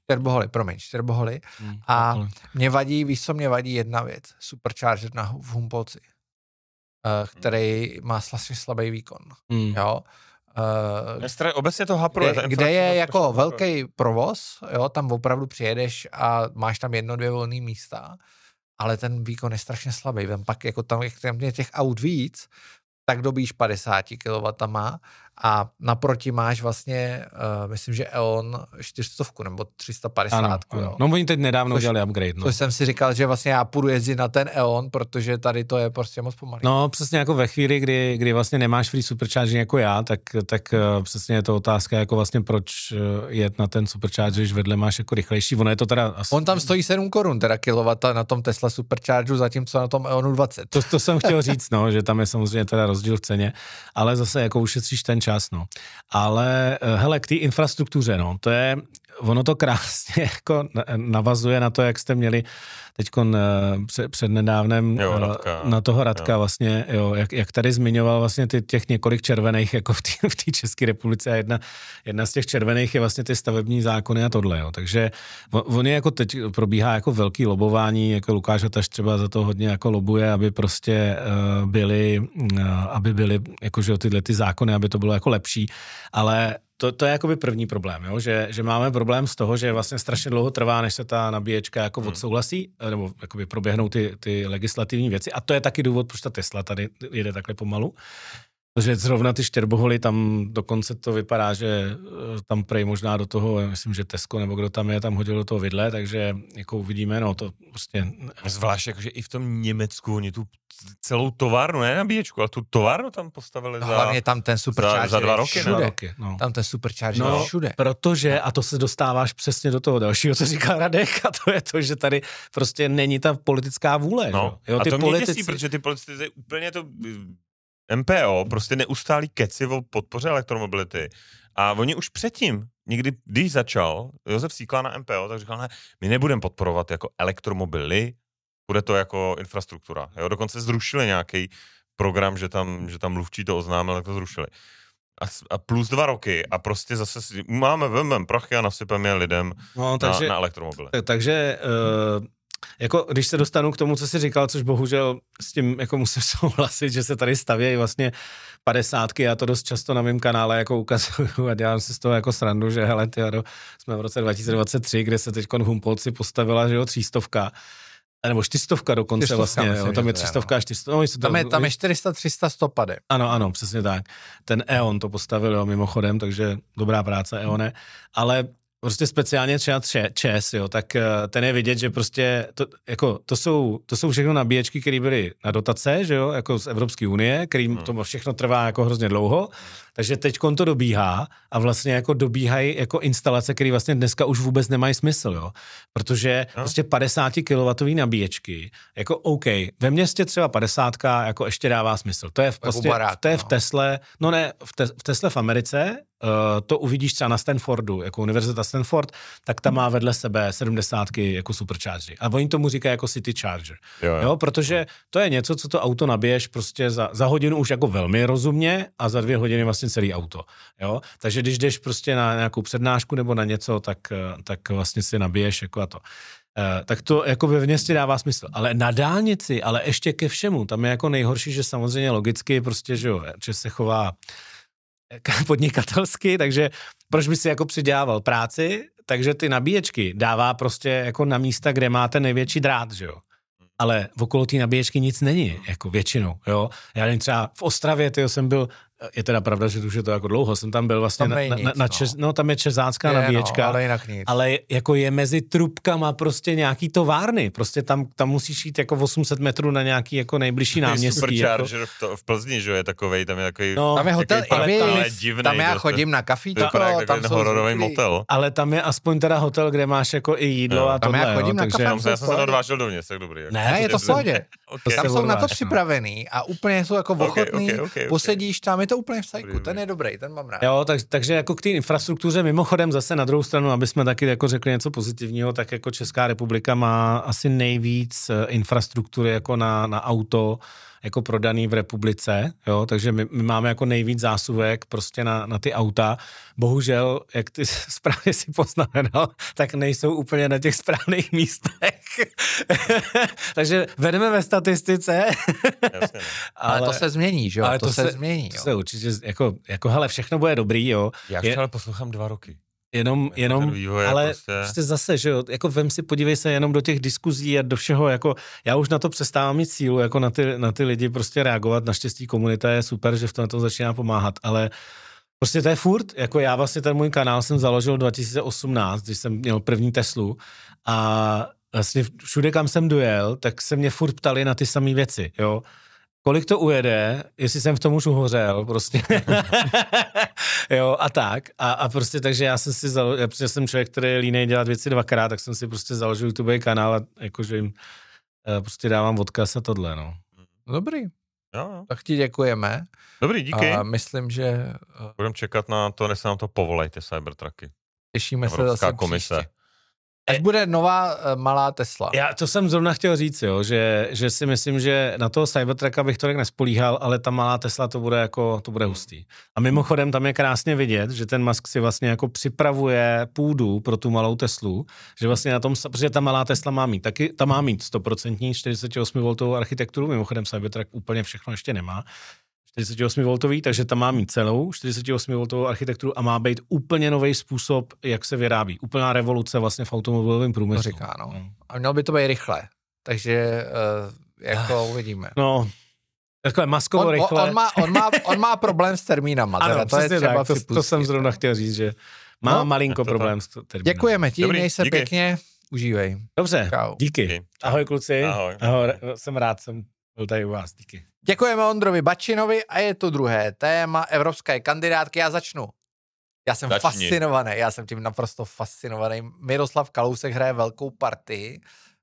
a mě vadí, víš co mě vadí, jedna věc, supercharger v Humpolci, který má vlastně slabý výkon, jo. Obecně to hapruje. Kde je jako velký provoz, jo, tam opravdu přijedeš a máš tam 1-2 volné místa, ale ten výkon je strašně slabý. Tam pak jako tam je těch aut víc, tak dobíš 50 kW a naproti máš vlastně, myslím, že E.ON 400 nebo 350. Ano. No oni teď nedávno udělali upgrade. No. To jsem si říkal, že vlastně já půjdu jezdit na ten E.ON, protože tady to je prostě moc pomalý. No přesně jako ve chvíli, kdy vlastně nemáš free supercharging jako já, tak přesně je to otázka, jako vlastně proč jet na ten supercharger, když vedle máš jako rychlejší. Ono je to teda... On tam stojí 7 korun teda kilowata na tom Tesla superchargeru, zatímco na tom E.ONu 20. To jsem chtěl říct, no, že tam je samozřejmě teda rozdíl v ceně, ale zase jako ušetříš ten čas, no. Ale hele, k té infrastruktuře, no, to je, ono to krásně jako navazuje na to, jak jste měli teďko před nedávnem na toho Radka vlastně, jo, jak tady zmiňoval vlastně těch několik červených jako v té České republice a jedna z těch červených je vlastně ty stavební zákony a tohle, jo. Takže on je jako teď probíhá jako velký lobování, jako Lukáš Hataš třeba za to hodně jako lobuje, aby prostě byly jako že tyhle ty zákony, aby to bylo jako lepší, ale to je jakoby první problém, jo? Že máme problém z toho, že vlastně strašně dlouho trvá, než se ta nabíječka jako odsouhlasí, nebo jakoby proběhnou ty legislativní věci. A to je taky důvod, proč ta Tesla tady jede takhle pomalu. Protože zrovna ty Štěrboholy, tam dokonce to vypadá, že tam prej možná do toho, myslím, že Tesco nebo kdo tam je, tam hodil do toho vidle, takže jako uvidíme, no to prostě... Zvlášť jakože i v tom Německu oni tu celou továrnu, ne nabíječku, ale tu továrnu tam postavili hlavně tam ten supercharger za 2 roky. Všude. No. Tam ten supercharger všude. Protože, a to se dostáváš přesně do toho dalšího, co říká Radek, a to je to, že tady prostě není ta politická vůle. No. Jo, a to mě děsí, protože ty politici úplně to... MPO, prostě neustálý keci o podpoře elektromobility. A oni už předtím, někdy, když začal Josef Síkla na MPO, tak říkal, ne, my nebudeme podporovat jako elektromobily, bude to jako infrastruktura. Jo, dokonce zrušili nějaký program, že tam mluvčí to oznámil, tak to zrušili. A plus 2 roky a prostě zase vememe prachy a nasypeme je lidem na elektromobily. Takže... Jako, když se dostanu k tomu, co jsi říkal, což bohužel s tím jako musím souhlasit, že se tady stavějí vlastně 50, já to dost často na mém kanále jako ukazuju a dělám si z toho jako srandu, že hele, jsme v roce 2023, kde se teďkon v Humpolci postavila, že jo, 300, nebo 400 dokonce 400, vlastně, myslím, jo, tam je 300 a 400. No, tam je 400, 300, 150. Ano, přesně tak. Ten E.ON to postavil, jo, mimochodem, takže dobrá práce E.ONe, ale prostě speciálně třeba ČES, jo, tak ten je vidět, že prostě to jsou všechno nabíječky, které byly na dotace, že jo, jako z Evropské unie, kterým to všechno trvá jako hrozně dlouho, takže teďkon to dobíhá a vlastně jako dobíhají jako instalace, které vlastně dneska už vůbec nemají smysl, jo, protože prostě 50 kW nabíječky, jako OK, ve městě třeba 50 jako ještě dává smysl, to je prostě, to je v Tesle, no ne, v Tesle v Americe, to uvidíš třeba na Stanfordu, jako Univerzita Stanford, tak tam má vedle sebe 70 jako superchargery. A oni tomu říkají jako city charger. Jo, protože to je něco, co to auto nabiješ prostě za hodinu už jako velmi rozumně a za 2 hodiny vlastně celý auto. Jo? Takže když jdeš prostě na nějakou přednášku nebo na něco, tak vlastně si nabiješ jako a to. Tak to jako ve městě dává smysl. Ale na dálnici, ale ještě ke všemu, tam je jako nejhorší, že samozřejmě logicky prostě, že se chová podnikatelsky, takže proč by si jako přidělával práci, takže ty nabíječky dává prostě jako na místa, kde máte největší drát, že jo. Ale v okolo té nabíječky nic není, jako většinou, jo. Já nevím, třeba v Ostravě, jsem byl, je teda pravda, že už je to jako dlouho, jsem tam byl vlastně tam je čezácká nabíječka, ale jinak nic. Ale jako je mezi trubkama prostě nějaký továrny, prostě tam musíš jít jako 800 metrů na nějaký jako nejbližší náměstí. Supercharger jako. V Plzni, že je takovej, tam je takový... No, tam je hotel divnej, tam já chodím na kafíčko, tam jsou hororový motel. Ale tam je aspoň teda hotel, kde máš jako i jídlo a tohle. Tam já chodím na kafíčko. Já jsem se odvážel dovnitř, tak dobrý. Ne, je to v pohodě. Tam jsou na to připravený a úplně jsou jako ochotný, posedíš tam, je to úplně v sajku, ten je dobrý, ten mám rád. Jo, takže jako k té infrastruktuře mimochodem zase na druhou stranu, aby jsme taky jako řekli něco pozitivního, tak jako Česká republika má asi nejvíc infrastruktury jako na auto, jako prodaný v republice, jo, takže my máme jako nejvíc zásuvek prostě na ty auta. Bohužel, jak ty správně si poznamenal, tak nejsou úplně na těch správných místech. Takže vedeme ve statistice. Jasně, ale to se změní, že jo? Ale to se změní. To se určitě, jako hele, všechno bude dobrý, jo. Já ale poslouchám 2 roky. Jenom ale prostě zase, že jo, jako vem si, podívej se jenom do těch diskuzí a do všeho, jako já už na to přestávám mít sílu, jako na ty lidi prostě reagovat, naštěstí komunita je super, že v tom začíná pomáhat, ale prostě to je furt, jako já vlastně ten můj kanál jsem založil 2018, když jsem měl první Teslu a vlastně všude, kam jsem dojel, tak se mě furt ptali na ty samé věci, jo. Kolik to ujede, jestli jsem v tom už uhořel, prostě. Jo, a tak. A prostě takže já jsem si založil, protože jsem člověk, který je línej dělat věci 2krát, tak jsem si prostě založil YouTube kanál a jakože jim prostě dávám odkaz a tohle, no. Dobrý. Jo. Tak ti děkujeme. Dobrý, díky. A myslím, že... Budeme čekat na to, než se nám to povolají, ty Cybertrucky. Těšíme se zase komise. Příště. Až bude nová malá Tesla. Já to jsem zrovna chtěl říct, jo, že si myslím, že na toho Cybertrucka bych tolik nespolíhal, ale ta malá Tesla to bude hustý. A mimochodem tam je krásně vidět, že ten Musk si vlastně jako připravuje půdu pro tu malou Teslu, že vlastně na tom, protože ta malá Tesla má mít 100% 48V architekturu, mimochodem Cybertruck úplně všechno ještě nemá, 48V, takže tam má mít celou 48V architekturu a má být úplně nový způsob, jak se vyrábí. Úplná revoluce vlastně v automobilovém průmyslu. To říká, no. A mělo by to být rychle. Takže jako uvidíme. No, takhle Muskovo rychle. On má problém s termínama. Ano, to je třeba tak, to jsem zrovna chtěl říct, že má malinko problém s termínem. Děkujeme ti, měj se pěkně, užívej. Dobře, díky. Ahoj kluci. Ahoj, jsem rád, jsem byl tady u vás, díky. Děkujeme Ondrovi Bačinovi a je to druhé téma evropské kandidátky. Já začnu. Já jsem fascinovaný, já jsem tím naprosto fascinovaný. Miroslav Kalousek hraje velkou partii.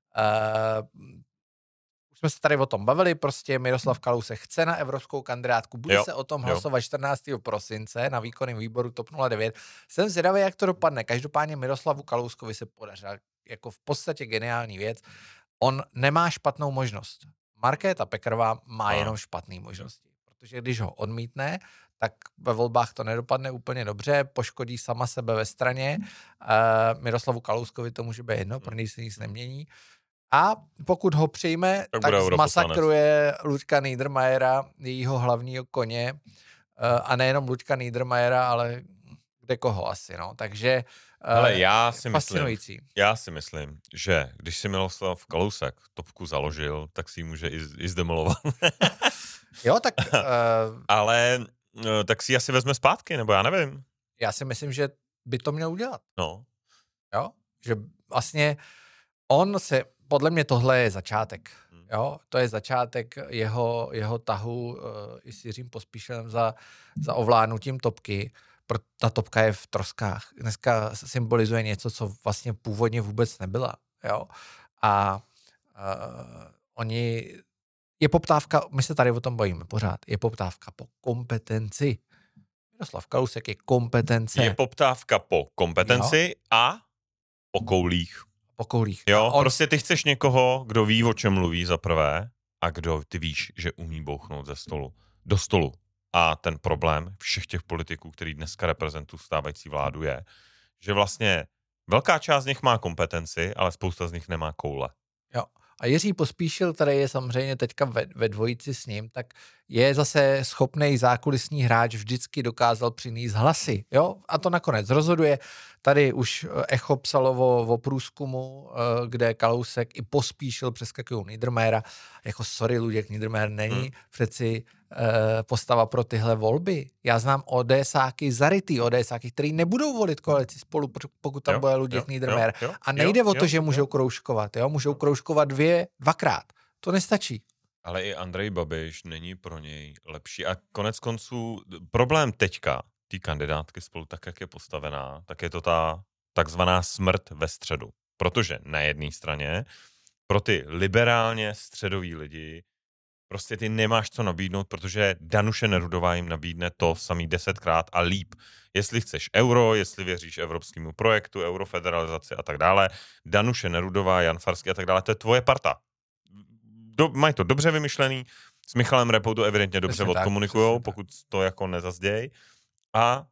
Už jsme se tady o tom bavili, prostě Miroslav Kalousek chce na evropskou kandidátku, bude se o tom hlasovat 14. prosince na výkonném výboru TOP 09. Jsem zvědavý, jak to dopadne. Každopádně Miroslavu Kalouskovi se podařila jako v podstatě geniální věc. On nemá špatnou možnost. Markéta Pekarová má jenom špatné možnosti, protože když ho odmítne, tak ve volbách to nedopadne úplně dobře, poškodí sama sebe ve straně, Miroslavu Kalouskovi to může být jedno, pro něj se nic nemění. A pokud ho přijme, tak zmasakruje Luďka Niedermayera, jejího hlavního koně, a nejenom Luďka Niedermayera, ale kde koho asi, no. Takže hele, fascinující. Já si myslím, že když si Miroslav Kalousek topku založil, tak si ji může i zdemolovat. Jo, tak... ale tak si ji asi vezme zpátky, nebo já nevím. Já si myslím, že by to měl udělat. No. Jo, že vlastně podle mě tohle je začátek. Jo, to je začátek jeho tahu i s Jiřím Pospíšilem za ovládnutím topky. Ta topka je v troskách. Dneska symbolizuje něco, co vlastně původně vůbec nebyla. Jo? A je poptávka, my se tady o tom bojíme pořád, je poptávka po kompetenci. Miroslav Kalousek je kompetence. Je poptávka po kompetenci a po koulích. Po koulích. Jo, prostě ty chceš někoho, kdo ví, o čem mluví za prvé a kdo ty víš, že umí bouchnout do stolu. A ten problém všech těch politiků, který dneska reprezentují stávající vládu, je, že vlastně velká část z nich má kompetenci, ale spousta z nich nemá koule. Jo. A Jiří Pospíšil, který je samozřejmě teďka ve dvojici s ním, tak je zase schopnej zákulisní hráč, vždycky dokázal přinést hlasy. Jo? A to nakonec rozhoduje. Tady už Echo psalo o průzkumu, kde Kalousek i Pospíšil přeskakují Niedermayera. Jako sorry, Luděk Niedermayer není přeci postava pro tyhle volby. Já znám ODSáky, zarytý ODSáky, který nebudou volit koalici Spolu, pokud tam bude Luděk Niedermayer. A nejde o to, že můžou kroužkovat. Jo? Můžou kroužkovat dvakrát. To nestačí. Ale i Andrej Babiš není pro něj lepší. A konec konců problém teďka, té kandidátky Spolu, tak jak je postavená, tak je to ta takzvaná smrt ve středu. Protože na jedné straně pro ty liberálně středoví lidi prostě ty nemáš co nabídnout, protože Danuše Nerudová jim nabídne to samý 10krát a líp. Jestli chceš euro, jestli věříš evropskému projektu, eurofederalizaci a tak dále, Danuše Nerudová, Jan Farský a tak dále, to je tvoje parta. Mají to dobře vymyšlený, s Michalem Repou to evidentně dobře odkomunikujou, pokud to jako nezazděj. A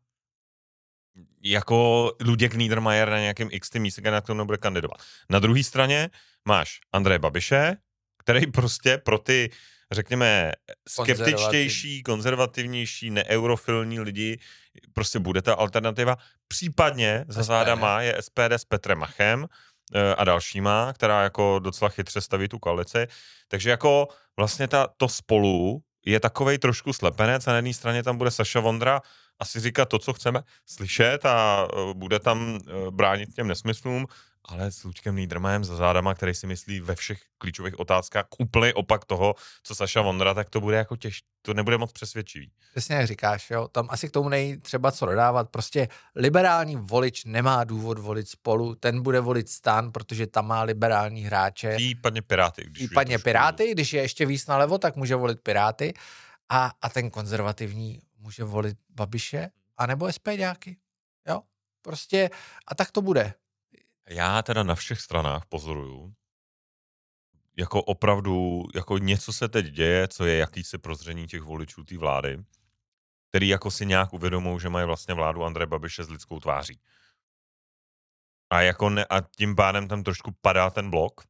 jako Luděk Niedermayer na nějakém XT místě, na kterém nebude kandidovat. Na druhé straně máš Andreje Babiše, který prostě pro ty, řekněme, skeptičtější, konzervativnější, neeurofilní lidi prostě bude ta alternativa. Případně za zádama je SPD s Petrem Machem a dalšíma, která jako docela chytře staví tu koalici. Takže jako vlastně to Spolu je takovej trošku slepenec a na jedné straně tam bude Saša Vondra asi říkat to, co chceme slyšet a bude tam bránit těm nesmyslům, ale s Luďkem Niedermayerem za zádama, který si myslí ve všech klíčových otázkách úplný opak toho, co Saša Vondra, tak to bude jako to nebude moc přesvědčivý. Přesně jak říkáš, jo, tam asi k tomu není třeba co dodávat, prostě liberální volič nemá důvod volit Spolu, ten bude volit STAN, protože tam má liberální hráče. Případně Piráty. Když je ještě víc nalevo, tak může volit Piráty a ten konzervativní může volit Babiše, anebo SPDáky, jo, prostě a tak to bude. Já teda na všech stranách pozoruju, jako opravdu, jako něco se teď děje, co je jakýsi prozření těch voličů té vlády, který jako si nějak uvědomou, že mají vlastně vládu Andreje Babiše s lidskou tváří. A jako a tím pádem tam trošku padá ten blok,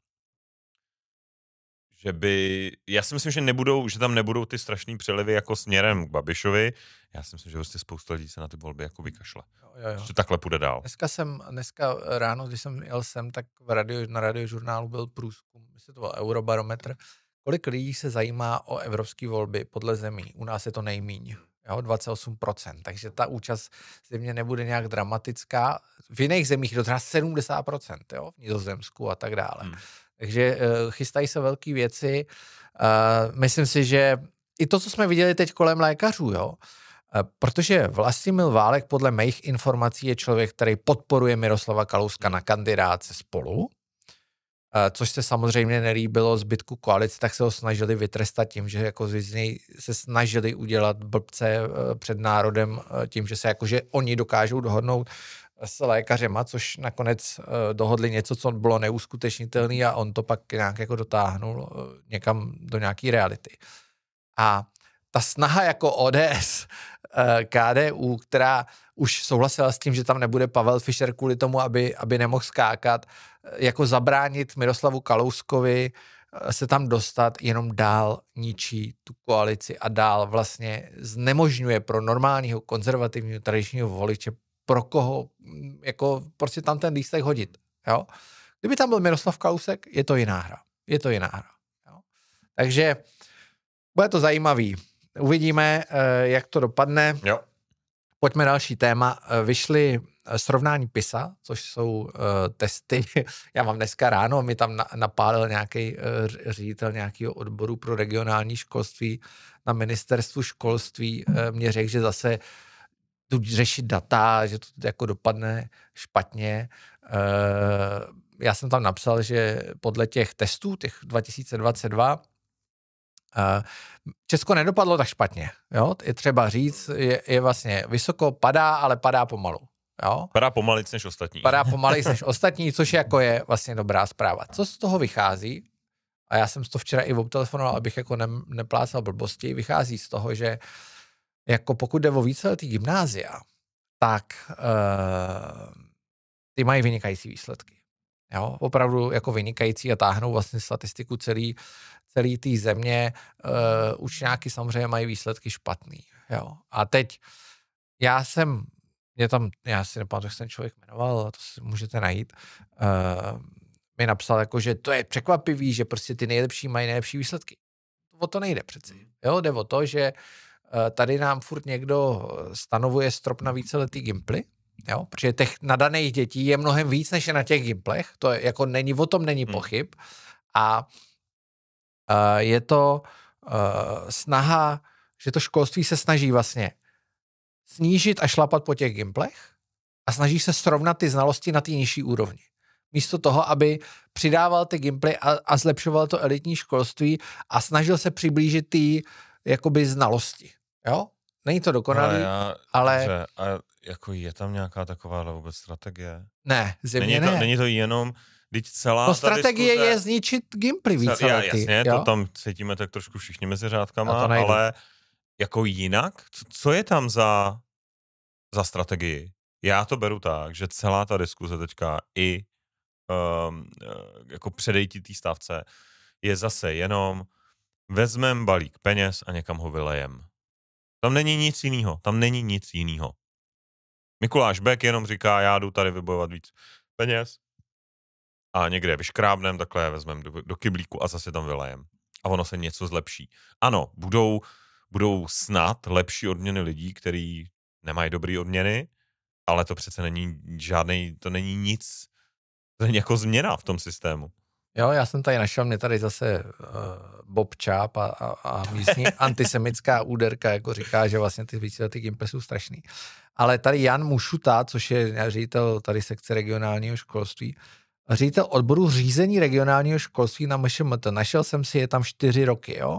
já si myslím, že tam nebudou ty strašný přelivy jako směrem k Babišovi. Já si myslím, že prostě spousta lidí se na ty volby jako vykašle. Jo. Že takhle půjde dál. Dneska ráno, když jsem jel sem, tak na radiožurnálu byl průzkum, myslím, to byl Eurobarometr, kolik lidí se zajímá o evropské volby podle zemí. U nás je to nejmíň, jo, 28%, takže ta účast země nebude nějak dramatická. V jiných zemích je to třeba 70%, jo, v Nizozemsku a tak dále. Takže chystají se velké věci. Myslím si, že i to, co jsme viděli teď kolem lékařů, jo, protože Vlastimil Válek podle mých informací je člověk, který podporuje Miroslava Kalouska na kandidátce Spolu, což se samozřejmě nelíbilo zbytku koalice, tak se ho snažili vytrestat tím, že jako z něj se snažili udělat blbce před národem tím, že se jakože oni dokážou dohodnout s lékařema, což nakonec dohodli něco, co bylo neuskutečnitelné a on to pak nějak jako dotáhnul někam do nějaký reality. A ta snaha jako ODS, KDU, která už souhlasila s tím, že tam nebude Pavel Fischer kvůli tomu, aby nemohl skákat, jako zabránit Miroslavu Kalouskovi se tam dostat, jenom dál ničí tu koalici a dál vlastně znemožňuje pro normálního konzervativního tradičního voliče, pro koho jako prostě tam ten lístek hodit. Jo? Kdyby tam byl Miroslav Kalousek, je to jiná hra. Jo? Takže bude to zajímavý. Uvidíme, jak to dopadne. Jo. Pojďme další téma. Vyšly srovnání PISA, což jsou testy. Já mám dneska ráno, mi tam napálil nějaký ředitel nějakého odboru pro regionální školství na ministerstvu školství. Mě řekl, že zase tu řešit data, že to jako dopadne špatně. Já jsem tam napsal, že podle těch testů, těch 2022, Česko nedopadlo tak špatně, jo? Je třeba říct, je vlastně vysoko, padá, ale padá pomalu. Jo? Padá pomalic než ostatní. Padá pomalic než ostatní, což jako je vlastně dobrá zpráva. Co z toho vychází, a já jsem to včera i obtelefonoval, abych jako neplácal blbosti, vychází z toho, že jako pokud jde o víceletý gymnázia, tak ty mají vynikající výsledky. Jo? Opravdu jako vynikající a táhnou vlastně statistiku celý té země. Učňáky samozřejmě mají výsledky špatný. Jo? A teď já si nepamatuji, jak se ten člověk jmenoval, to si můžete najít, mi napsal, jako, že to je překvapivý, že prostě ty nejlepší mají nejlepší výsledky. O to nejde přeci. Jo? Jde o to, že tady nám furt někdo stanovuje strop na víceletý gimply, jo? Protože těch nadaných dětí je mnohem víc, než je na těch gimplech. To je, jako o tom není pochyb. A je to snaha, že to školství se snaží vlastně snížit a šlapat po těch gimplech a snaží se srovnat ty znalosti na té nižší úrovni. Místo toho, aby přidával ty gimply a zlepšoval to elitní školství a snažil se přiblížit ty jakoby znalosti. Jo? Není to dokonalý, ale... Dobře, a jako je tam nějaká taková vůbec strategie? Ne, zjevně ne. Není to jenom... Celá strategie diskuze... je zničit gimply víceletý. Jasně, jo? To tam cítíme tak trošku všichni mezi řádkama, ale jako jinak, co je tam za strategii? Já to beru tak, že celá ta diskuze teďka i jako předejtí té stávce je zase jenom vezmem balík peněz a někam ho vylejem. Tam není nic jinýho. Mikuláš Bek jenom říká, já jdu tady vybojovat víc peněz a někde vyškrábnem, takhle je vezmem do kyblíku a zase tam vylejem. A ono se něco zlepší. Ano, budou snad lepší odměny lidí, kteří nemají dobrý odměny, ale to přece není to není nic, to není jako změna v tom systému. Jo, já jsem tady našel, mě tady zase Bob Čáp a místní antisemická úderka, jako říká, že vlastně ty víceletý gimply jsou strašný. Ale tady Jan Mušuta, což je ředitel tady sekce regionálního školství, ředitel odboru řízení regionálního školství na MŠMT. Našel jsem si, je tam 4 roky, jo.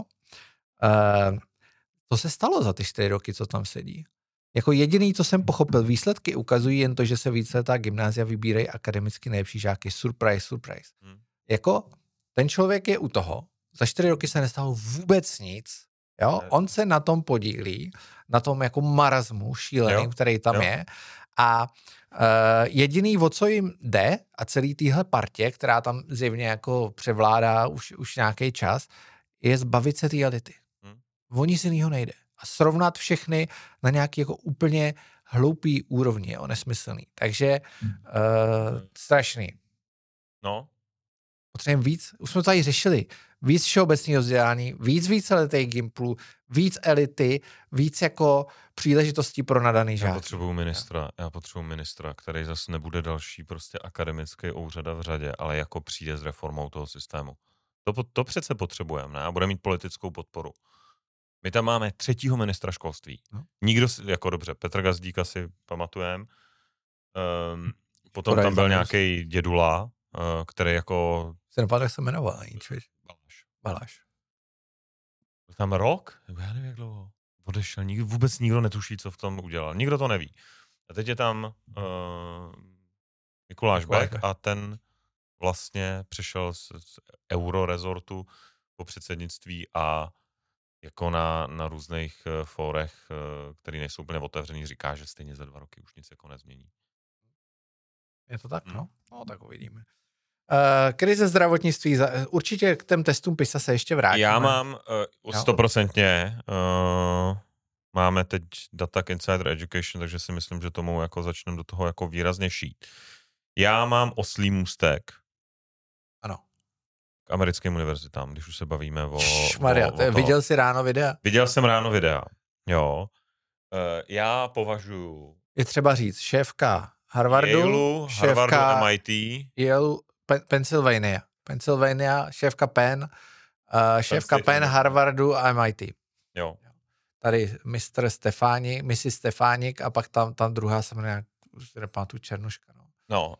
Co se stalo za ty 4 roky, co tam sedí? Jako jediný, co jsem pochopil, výsledky ukazují jen to, že se víceletá gymnázia vybírají akademicky nejlepší žáky. Surprise. Jako ten člověk je u toho, za 4 roky se nestalo vůbec nic, jo? On se na tom podílí, na tom jako marazmu šíleným, který tam je a jediný, o co jim jde a celý týhle partě, která tam zjevně jako převládá už nějaký čas, je zbavit se té elity. O nic jinýho nejde. A srovnat všechny na nějaký jako úplně hloupý úrovni, jo, nesmyslný. Takže strašný. No. Potřebujeme víc, už jsme to tady řešili, víc všeobecného vzdělání, víc víceletých gimplů, víc elity, víc jako příležitostí pro nadaný žák. Já potřebuji ministra, který zase nebude další prostě akademický úřada v řadě, ale jako přijde s reformou toho systému. To přece potřebujeme, ne? A bude mít politickou podporu. My tam máme 3. ministra školství. Nikdo, jako dobře, Petr Gazdíka si pamatujeme. Potom tam byl nějaký dědula, který jako... Se nepamatuji, jak se jmenoval. Balaš. Byl tam rok? Já nevím, jak dlouho. Odešel. Vůbec nikdo netuší, co v tom udělal. Nikdo to neví. A teď je tam Mikuláš Bek a ten vlastně přešel z Eurorezortu po předsednictví a jako na různých fórech, který nejsou úplně otevřený, říká, že stejně za 2 roky už nic jako nezmění. Je to tak, no? No, tak uvidíme. Krize zdravotnictví, určitě k těm testům PISA se ještě vrátíme. Já mám 100%, máme teď data k Insider Education, takže si myslím, že tomu jako začneme do toho jako výrazně šít. Já mám oslí můstek. Ano. K americkým univerzitám, když už se bavíme o viděl jsi ráno videa? Viděl jsem ráno videa, jo. Já považuji... Je třeba říct, šéfka Harvardu, Harvardu, MIT. Yale, Pennsylvania, šéfka Penn, Harvardu a MIT. Jo. Tady Mrs. Stefánik a pak tam druhá se jmenuje, už si nepamatuju, Černuška. No,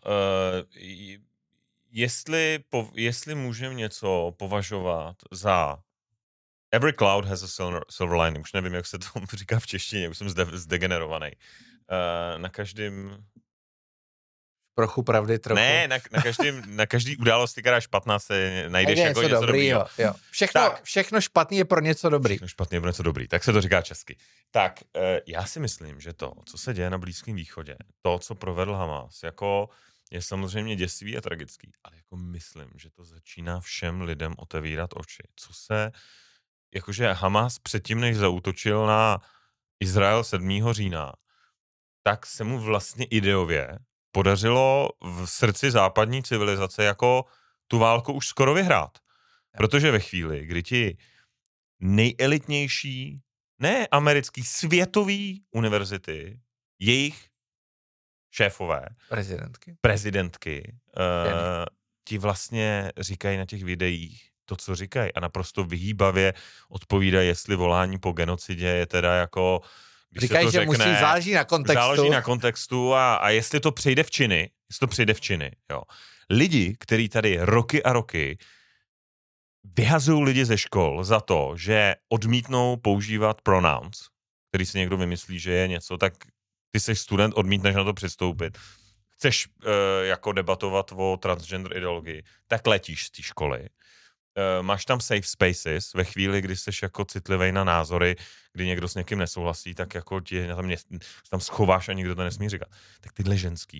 jestli můžeme něco považovat za Every cloud has a silver lining. Už nevím, jak se to říká v češtině, už jsem zdegenerovaný. Na každém... Trochu pravdy, trochu. Ne, na každý události, která je špatná, se najdeš jako něco dobrýho. Jo. Všechno špatný je pro něco dobrý. Všechno špatný je pro něco dobrý, tak se to říká česky. Tak já si myslím, že to, co se děje na Blízkém východě, to, co provedl Hamas, jako je samozřejmě děsivý a tragický, ale jako myslím, že to začíná všem lidem otevírat oči. Co se, jakože Hamas předtím, než zaútočil na Izrael 7. října, tak se mu vlastně ideově podařilo v srdci západní civilizace jako tu válku už skoro vyhrát. Protože ve chvíli, kdy ti nejelitnější, ne americký, světový univerzity, jejich šéfové, prezidentky ti vlastně říkají na těch videích to, co říkají a naprosto vyhýbavě odpovídají, jestli volání po genocidě je teda jako... Říkají, že musí, záleží na kontextu a jestli to přejde v činy, jo. Lidi, kteří tady roky a roky vyhazují lidi ze škol za to, že odmítnou používat pronouns, který si někdo vymyslí, že je něco, tak ty jsi student, odmítneš na to přistoupit. Chceš jako debatovat o transgender ideologii, tak letíš z té školy. Máš tam safe spaces, ve chvíli, kdy jsi jako citlivý na názory, kdy někdo s někým nesouhlasí, tak jako ti tam schováš a nikdo to nesmí říkat. Tak tyhle ženský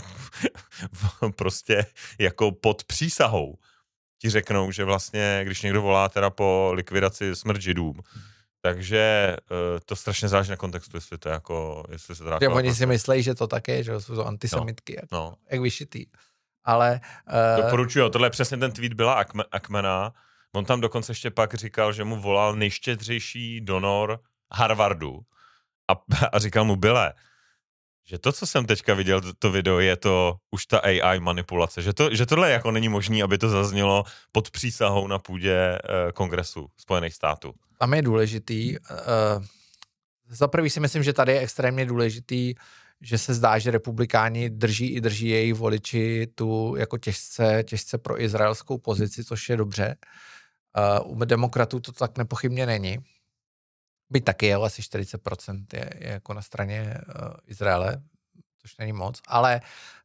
prostě jako pod přísahou ti řeknou, že vlastně, když někdo volá teda po likvidaci smrt židům, takže to strašně záleží na kontextu, jestli to jako, jestli se to oni si myslí, že to také, že jsou to antisemitky, jako, jak vyšitý. Ale... Doporučuju, tohle je přesně ten tweet byla Ackmana. On tam dokonce ještě pak říkal, že mu volal nejštědřejší donor Harvardu a říkal mu, Bille, že to, co jsem teďka viděl, to video, je to už ta AI manipulace, že tohle jako není možné, aby to zaznělo pod přísahou na půdě Kongresu Spojených států. Tam je důležitý, za prvý si myslím, že tady je extrémně důležitý, že se zdá, že republikáni drží její voliči tu jako těžce pro izraelskou pozici, což je dobře. U demokratů to tak nepochybně není. Byť taky je, asi 40% je jako na straně Izraele, což není moc, ale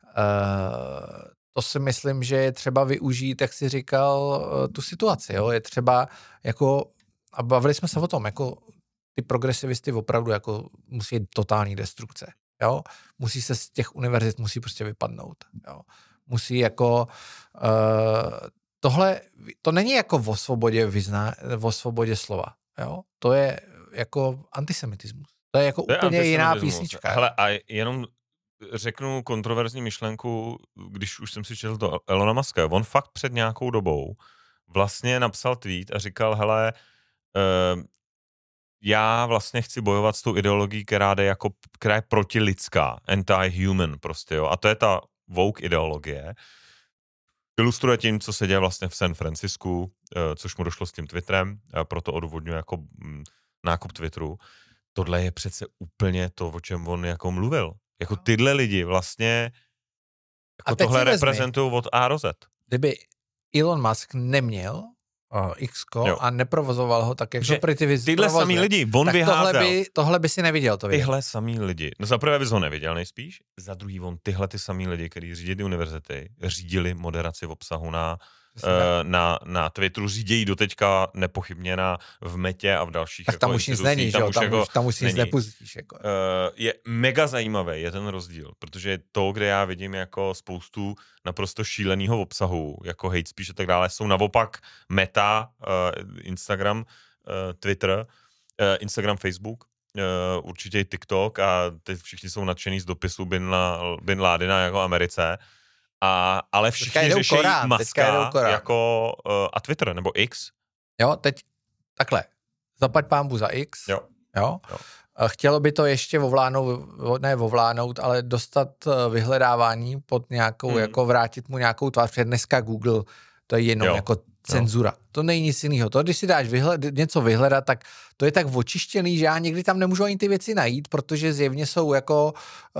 to si myslím, že je třeba využít, jak jsi říkal, tu situaci. Jo? Je třeba jako, a bavili jsme se o tom, jako ty progresivisty opravdu jako musí jít totální destrukce. Jo? Musí se z těch univerzit musí prostě vypadnout. Jo? Musí jako tohle, to není jako o svobodě slova. Jo? To je jako antisemitismus. To je jako úplně jiná písnička. Hele, a jenom řeknu kontroverzní myšlenku, když už jsem si četl to Elona Muska. On fakt před nějakou dobou vlastně napsal tweet a říkal, hele, já vlastně chci bojovat s tou ideologií, která je protilidská, anti-human prostě, jo. A to je ta woke ideologie. Ilustruje tím, co se děje vlastně v San Francisku, což mu došlo s tím Twitterem, proto odůvodňuje jako nákup Twitteru. Tohle je přece úplně to, o čem on jako mluvil. Jako tyhle lidi vlastně jako tohle reprezentují od A do Z. Kdyby Elon Musk neměl X-ko a neprovozoval ho tak, jak to tyhle samý lidi, on vyházel. Tohle by si neviděl to video. Tyhle samý lidi. No za prvé bys ho neviděl nejspíš, za druhý on tyhle ty samý lidi, kteří řídí ty univerzity, řídili moderaci v obsahu na Twitteru, řídějí doteďka nepochybně v Metě a v dalších tak tam už nic není, že jo? Tam už nic nepustíš. Jako. Je mega zajímavý, je ten rozdíl, protože to, kde já vidím jako spoustu naprosto šílenýho obsahu, jako hate speech a tak dále, jsou naopak Meta, Instagram, Twitter, Instagram, Facebook, určitě i TikTok a teď všichni jsou nadšený z dopisu Bin Ládina jako Americe. Ale všichni řeší Muska jako a Twitter nebo X. Jo, teď takhle. Zaplať pánbu za X. Jo. Chtělo by to ještě ovládnout, ale dostat vyhledávání pod nějakou, jako vrátit mu nějakou tvář, protože dneska Google, to je jenom jako cenzura. To není nic jiného. To, když si dáš něco vyhledat, tak to je tak očištěný, že já někdy tam nemůžu ani ty věci najít, protože zjevně jsou jako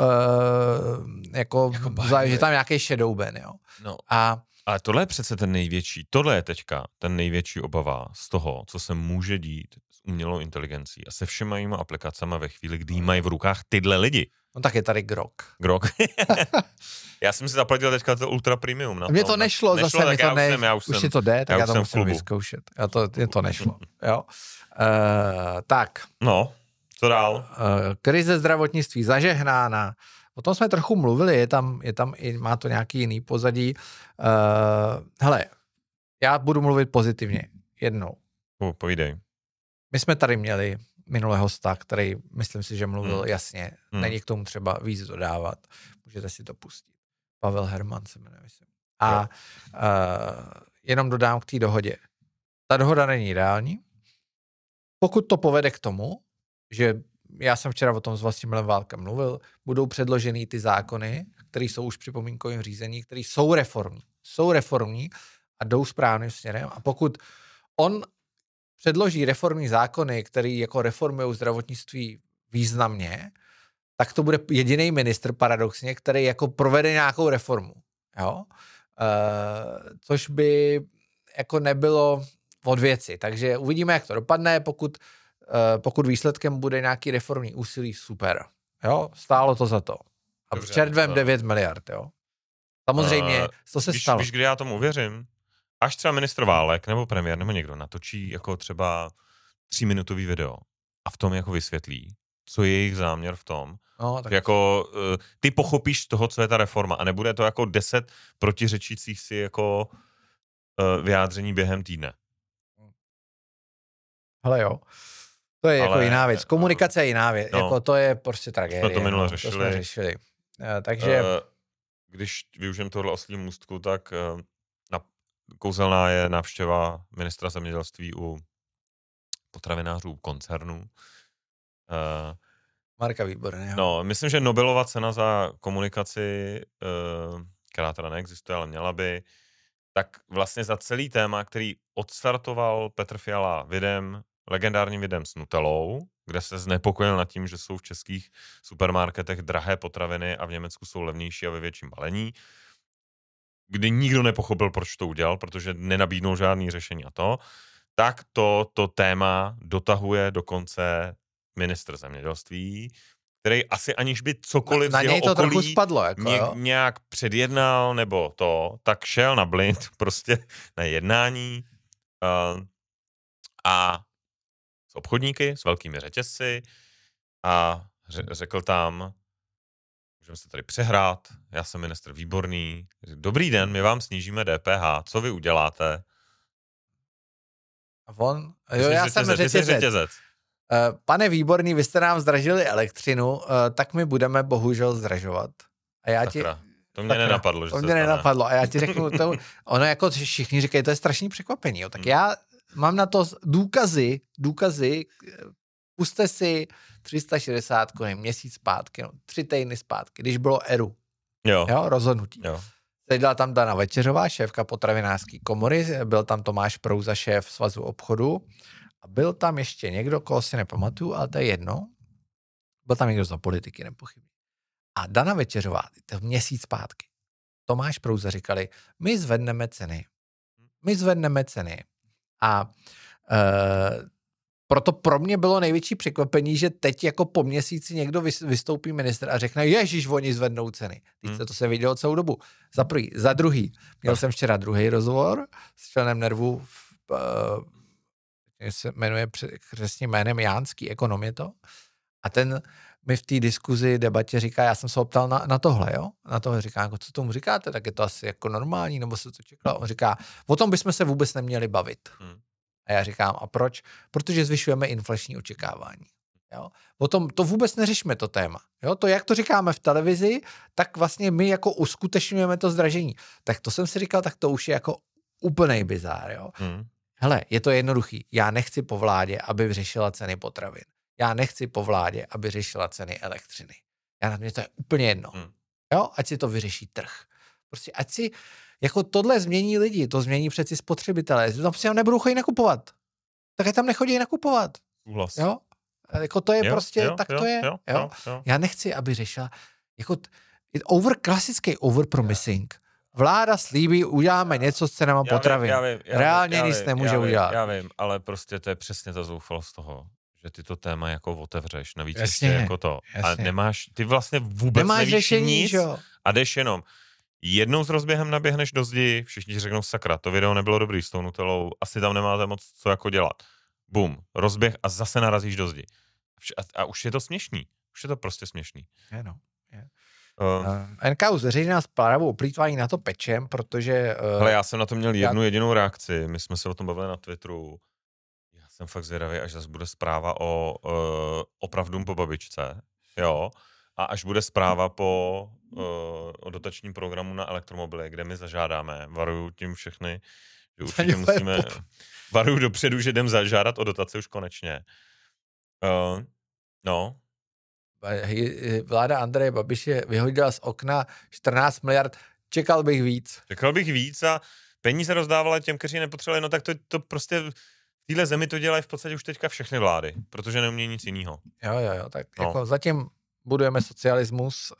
že tam nějaký shadow ban, jo. No. Ale tohle je přece tohle je teďka ten největší obava z toho, co se může dít s umělou inteligencí a se všema jíma aplikacemi ve chvíli, kdy mají v rukách tyhle lidi. No tak je tady Grok. Já jsem si zaplatil teďka to Ultra Premium. Mně to nešlo zase, tak už si to jde, tak já to musím vyzkoušet. Mně to nešlo, jo. Tak. No, co dál? Krize zdravotnictví zažehnána. O tom jsme trochu mluvili, má to nějaký jiný pozadí. Hele, já budu mluvit pozitivně jednou. Povídej. My jsme tady měli minulého hosta, který myslím si, že mluvil jasně. Není k tomu třeba víc dodávat. Můžete si to pustit. Pavel Herman se jmenuje, myslím. A jenom dodám k té dohodě. Ta dohoda není ideální. Pokud to povede k tomu, že já jsem včera o tom s Vlastimilem Válkem mluvil, budou předloženy ty zákony, které jsou už připomínkovým řízení, které jsou reformní a jdou správným směrem. A pokud on předloží reformní zákony, které jako reformují zdravotnictví významně, tak to bude jediný ministr paradoxně, který jako provede nějakou reformu. Jo? Což by jako nebylo od věci. Takže uvidíme, jak to dopadne, pokud výsledkem bude nějaký reformní úsilí, super. Jo? Stálo to za to. A v červem 9 miliard. Jo? Samozřejmě, to se stalo. Víš, kdy já tomu uvěřím? Až třeba ministr Válek nebo premiér nebo někdo natočí jako třeba 3-minutový video a v tom jako vysvětlí, co je jejich záměr v tom, tak jako ty pochopíš z toho, co je ta reforma a nebude to jako 10 protiřečících si jako vyjádření během týdne. Hele jo, to je jako jiná věc. Komunikace je jiná věc, jako to je prostě tragédie. Jsme to minule řešili. Takže když využijem tohle oslí můstku, tak kouzelná je návštěva ministra zemědělství u potravinářů koncernu. Marka Výborného. No, myslím, že Nobelova cena za komunikaci, která teda neexistuje, ale měla by, tak vlastně za celý téma, který odstartoval Petr Fiala legendárním videem s Nutellou, kde se znepokojil nad tím, že jsou v českých supermarketech drahé potraviny a v Německu jsou levnější a ve větším balení, kdy nikdo nepochopil, proč to udělal, protože nenabídnul žádný řešení a tak to téma dotahuje dokonce ministr zemědělství, který asi aniž by cokoliv na z jeho něj to okolí trochu spadlo, jako, nějak předjednal nebo tak šel na blind prostě na jednání a s obchodníky, s velkými řetězci a řekl tam, můžeme se tady přehrát, já jsem ministr Výborný, dobrý den, my vám snížíme DPH, co vy uděláte? Já jsem řetězec. Pane Výborný, vy jste nám zdražili elektřinu, tak my budeme bohužel zdražovat. A já to mě nenapadlo, že to mě nenapadlo. A já ti řeknu, ono jako všichni říkají, to je strašný překvapení. Jo. Tak já mám na to důkazy, puste si 360 měsíc zpátky, 3 týdny zpátky, když bylo ERU. Jo, rozhodnutí. Jo. Seděla tam Dana Večeřová, šéfka potravinářské komory, byl tam Tomáš Prouza, šéf Svazu obchodu a byl tam ještě někdo, koho si nepamatuju, ale to je jedno. Byl tam někdo za politiky, nepochybně. A Dana Večeřová, to měsíc zpátky, Tomáš Prouza říkali, my zvedneme ceny. A proto pro mě bylo největší překvapení, že teď jako po měsíci někdo vystoupí ministr a řekne, ježiš, oni zvednou ceny. To se vidělo celou dobu. Za prvý. Za druhý. Měl jsem včera druhý rozhovor s členem Nervu, se jmenuje křestním jménem Jánský, ekonom je to. A ten mi v té diskuzi, debatě říká, já jsem se optal na tohle, jo? Na tohle říká, jako, co tomu říkáte, tak je to asi jako normální, nebo se to čekalo. On říká, o tom bychom se vůbec neměli bavit. A já říkám, a proč? Protože zvyšujeme inflační očekávání. Jo? O tom to vůbec neřešíme, to téma. Jo? To, jak to říkáme v televizi, tak vlastně my jako uskutečňujeme to zdražení. Tak to jsem si říkal, tak to už je jako úplnej bizár. Jo? Hele, je to jednoduchý. Já nechci po vládě, aby řešila ceny potravin. Já nechci po vládě, aby řešila ceny elektřiny. Mě to je úplně jedno. Jo? Ať si to vyřeší trh. Prostě ať si Jako tohle změní lidi, to změní přeci spotřebitelé. Tam si nebudou chodit nakupovat. Tak tam nechodí nakupovat. Jo? Jako to je prostě, tak to je. Jo? Já nechci, aby řešila, jako klasický overpromising. Vláda slíbí, uděláme něco s cenama potravin. Reálně nic nemůže udělat. Já vím, ale prostě to je přesně ta zoufalost toho, že ty to téma jako otevřeš. Navíc ještě jako to. Jasně. A nemáš, ty vlastně vůbec nevíš řešení, nic a jdeš jenom. Jednou s rozběhem naběhneš do zdi, všichni ti řeknou sakra, to video nebylo dobrý s tou Nutellou, asi tam nemáte moc co jako dělat. Bum, rozběh a zase narazíš do zdi. A už je to směšný. Už je to prostě směšný. NKU zveřejnila zprávu o plýtvání na to pečem, protože... Hele, já jsem na to měl jednu jedinou reakci. My jsme se o tom bavili na Twitteru. Já jsem fakt zvědavý, až zase bude zpráva o opravdům po babičce. Jo. A až bude zpráva o dotačním programu na elektromobily, kde my zažádáme. Varuju tím všechny, že určitě musíme... Varuju dopředu, že jdem zažádat o dotaci už konečně. Vláda Andreje Babiše vyhodila z okna 14 miliard. Čekal bych víc a peníze rozdávala těm, kteří nepotřebovali. No tak to prostě v téhle zemi to dělají v podstatě už teďka všechny vlády, protože neumějí nic jiného. Jo, tak jako zatím budujeme socialismus.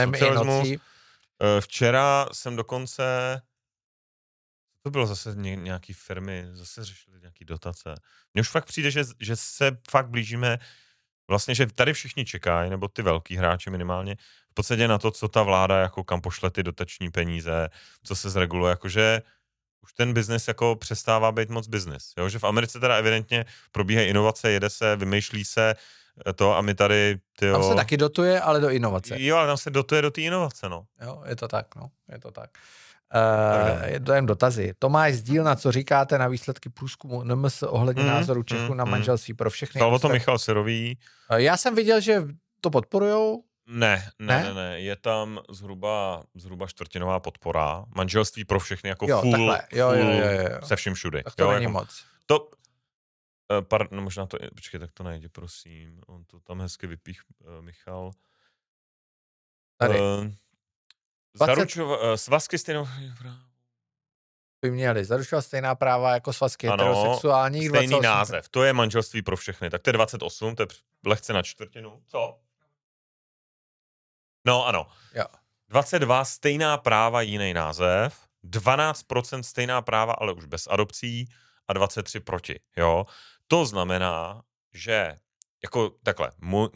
Včera jsem dokonce... To bylo zase nějaký firmy, zase řešili nějaký dotace. Mně už fakt přijde, že se fakt blížíme vlastně, že tady všichni čekají, nebo ty velký hráči minimálně, v podstatě na to, co ta vláda, jako kam pošle ty dotační peníze, co se zreguluje, jakože už ten biznes jako přestává být moc biznis. Jo? Že v Americe teda evidentně probíhají inovace, jede se, vymýšlí se to a my tady... Tam se taky dotuje, ale do inovace. Jo, ale tam se dotuje do té inovace, no. Jo, je to tak. Jen dotazy. Tomáš Sdílna, co říkáte na výsledky průzkumu NMS ohledně názoru Čechů na manželství pro všechny? Ptal o to Michal Syrový. Já jsem viděl, že to podporujou. Ne. Je tam zhruba čtvrtinová podpora. Manželství pro všechny jako full se vším všudy. Tak to není jako, moc. To, možná to, počkej, tak to najdi, prosím. On to tam hezky vypích, Michal. Tady. Svazky stejnou by měli zaručovat stejná práva jako svazky heterosexuálních. Stejný 28. název, to je manželství pro všechny. Tak to je 28, to je lehce na čtvrtinu. Co? No ano. Jo. 22 stejná práva, jiný název. 12% stejná práva, ale už bez adopcí. A 23 proti. Jo? To znamená, že jako takhle,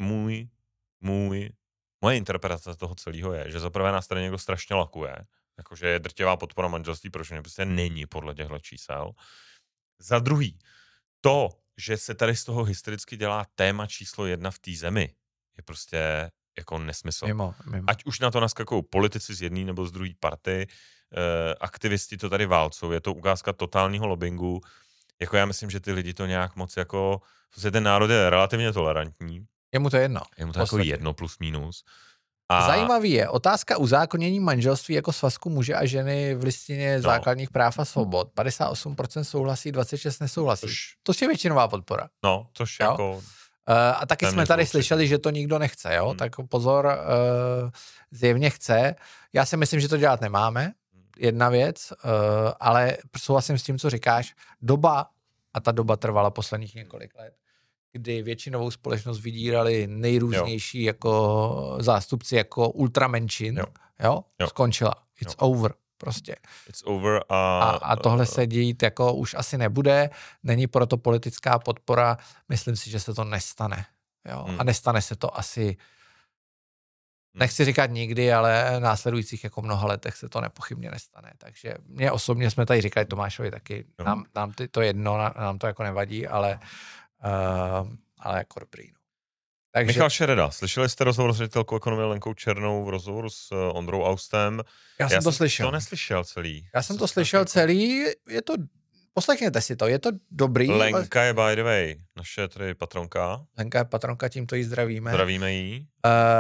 moje interpretace toho celého je, že zaprvé na straně někdo strašně lakuje, jakože je drtivá podpora manželství, protože mě prostě není podle těchto čísel. Za druhý, to, že se tady z toho historicky dělá téma číslo 1 v té zemi, je prostě jako nesmysl. Mimo. Ať už na to naskakují politici z jedné nebo z druhé party, aktivisti to tady válcou, je to ukázka totálního lobbingu. Jako já myslím, že ty lidi to nějak moc jako, ten národ je relativně tolerantní. Je mu to jedno. Je mu to jako jedno plus minus. Zajímavý je otázka uzákonění manželství jako svazku muže a ženy v listině základních práv a svobod. 58% souhlasí, 26% nesouhlasí. To je většinová podpora. No, což jako... A taky jsme tady slyšeli, že to nikdo nechce, jo? Tak pozor, zjevně chce. Já si myslím, že to dělat nemáme. Jedna věc, ale souhlasím s tím, co říkáš. Ta doba trvala posledních několik let, kdy většinovou společnost vydírali nejrůznější jako zástupci jako ultramenšin, jo? Skončila. It's over, prostě. It's over a tohle se dít jako už asi nebude, není proto politická podpora, myslím si, že se to nestane, jo? A nestane se to asi, nechci říkat nikdy, ale v následujících jako mnoha letech se to nepochybně nestane, takže mě osobně jsme tady říkali Tomášovi taky, nám to jedno, nám to jako nevadí, ale jako dobrý. Takže... Michal Šereda, slyšeli jste rozhovor s ředitelkou ekonomie Lenkou Černou v rozhovoru s Ondrou Austem? Já jsem to slyšel. To neslyšel celý. Já jsem to slyšel celý, je to, poslechněte si to, je to dobrý. Lenka je by the way, naše tedy patronka. Lenka je patronka, tímto jí zdravíme. Zdravíme jí.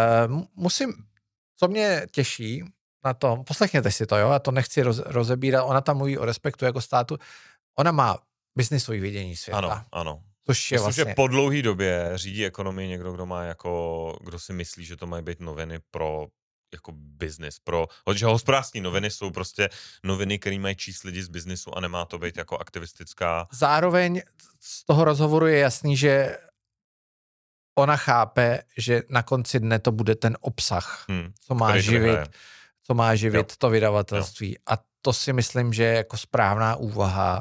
Co mě těší na tom, poslechněte si to, jo, já to nechci rozebírat, ona tam mluví o respektu jako státu, ona má biznisový vidění světa. Ano. Což je myslím, že po dlouhé době řídí ekonomii někdo, kdo si myslí, že to mají být noviny pro jako biznis. Protože hospodářské noviny jsou prostě noviny, které mají číst lidi z biznisu a nemá to být jako aktivistická. Zároveň z toho rozhovoru je jasný, že ona chápe, že na konci dne to bude ten obsah, co má živit to vydavatelství. Jo. A to si myslím, že je jako správná úvaha.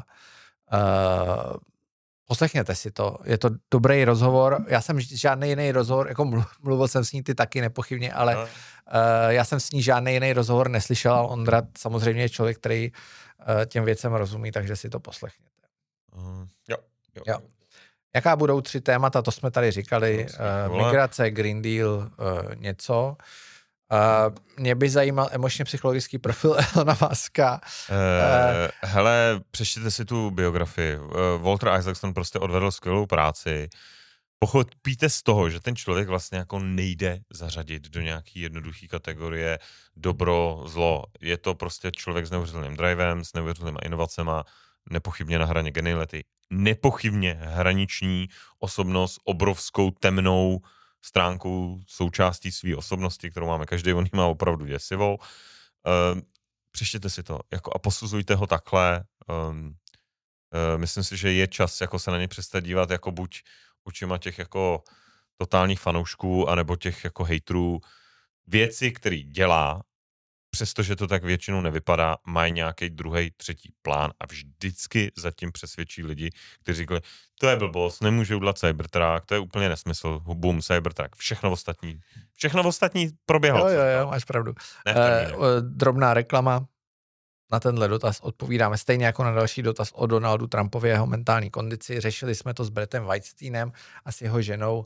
Poslechněte si to. Je to dobrý rozhovor. Já jsem žádný jiný rozhovor, jako mluvil jsem s ní, ty taky nepochybně, ale já jsem s ní žádný jiný rozhovor neslyšel, a Ondra samozřejmě je člověk, který těm věcem rozumí, takže si to poslechněte. Jo. Jaká budou 3 témata, to jsme tady říkali. Migrace, Green Deal, něco. Mě by zajímal emočně psychologický profil Elona Muska. Hele, přečtěte si tu biografii. Walter Isaacson prostě odvedl skvělou práci. Pochopíte z toho, že ten člověk vlastně jako nejde zařadit do nějaký jednoduchý kategorie dobro, zlo. Je to prostě člověk s neuvěřitelným drivem, s neuvěřitelnýma inovacema, nepochybně na hraně geniality, nepochybně hraniční osobnost, obrovskou temnou stránkou součástí své osobnosti, kterou máme každý, on ji má opravdu děsivou. Přečtěte si to jako a posuzujte ho takhle. Myslím si, že je čas jako se na ně přestat dívat jako buď očima těch jako totálních fanoušků, anebo těch jako hejtrů. Věci, který dělá, přestože to tak většinou nevypadá, mají nějaký druhý, třetí plán a vždycky zatím přesvědčí lidi, kteří říkají, to je blbost, nemůže udělat Cybertruck, to je úplně nesmysl, boom, Cybertruck, všechno ostatní proběhlo. Jo, máš pravdu. Drobná reklama, na tenhle dotaz odpovídáme stejně jako na další dotaz o Donaldu Trumpově jeho mentální kondici. Řešili jsme to s Brettem Weinsteinem a s jeho ženou.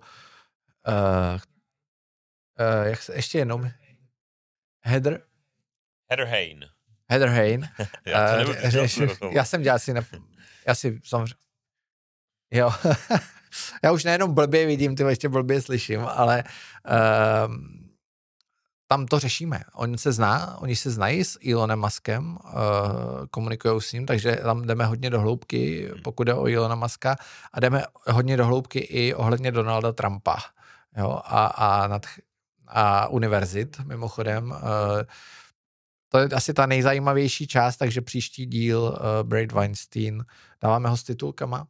Jak se ještě jenom... Heather Hain. Já jsem dělal já si samozřejmě... Jo. Já už nejenom blbě vidím, ty ještě blbě slyším, ale tam to řešíme. Oni se znají s Elonem Muskem, komunikují s ním, takže tam jdeme hodně do hloubky, pokud jde o Elona Muska, a jdeme hodně do hloubky i ohledně Donalda Trumpa. Jo? A univerzit, mimochodem. To je asi ta nejzajímavější část, takže příští díl Brett Weinstein. Dáváme ho s titulkama?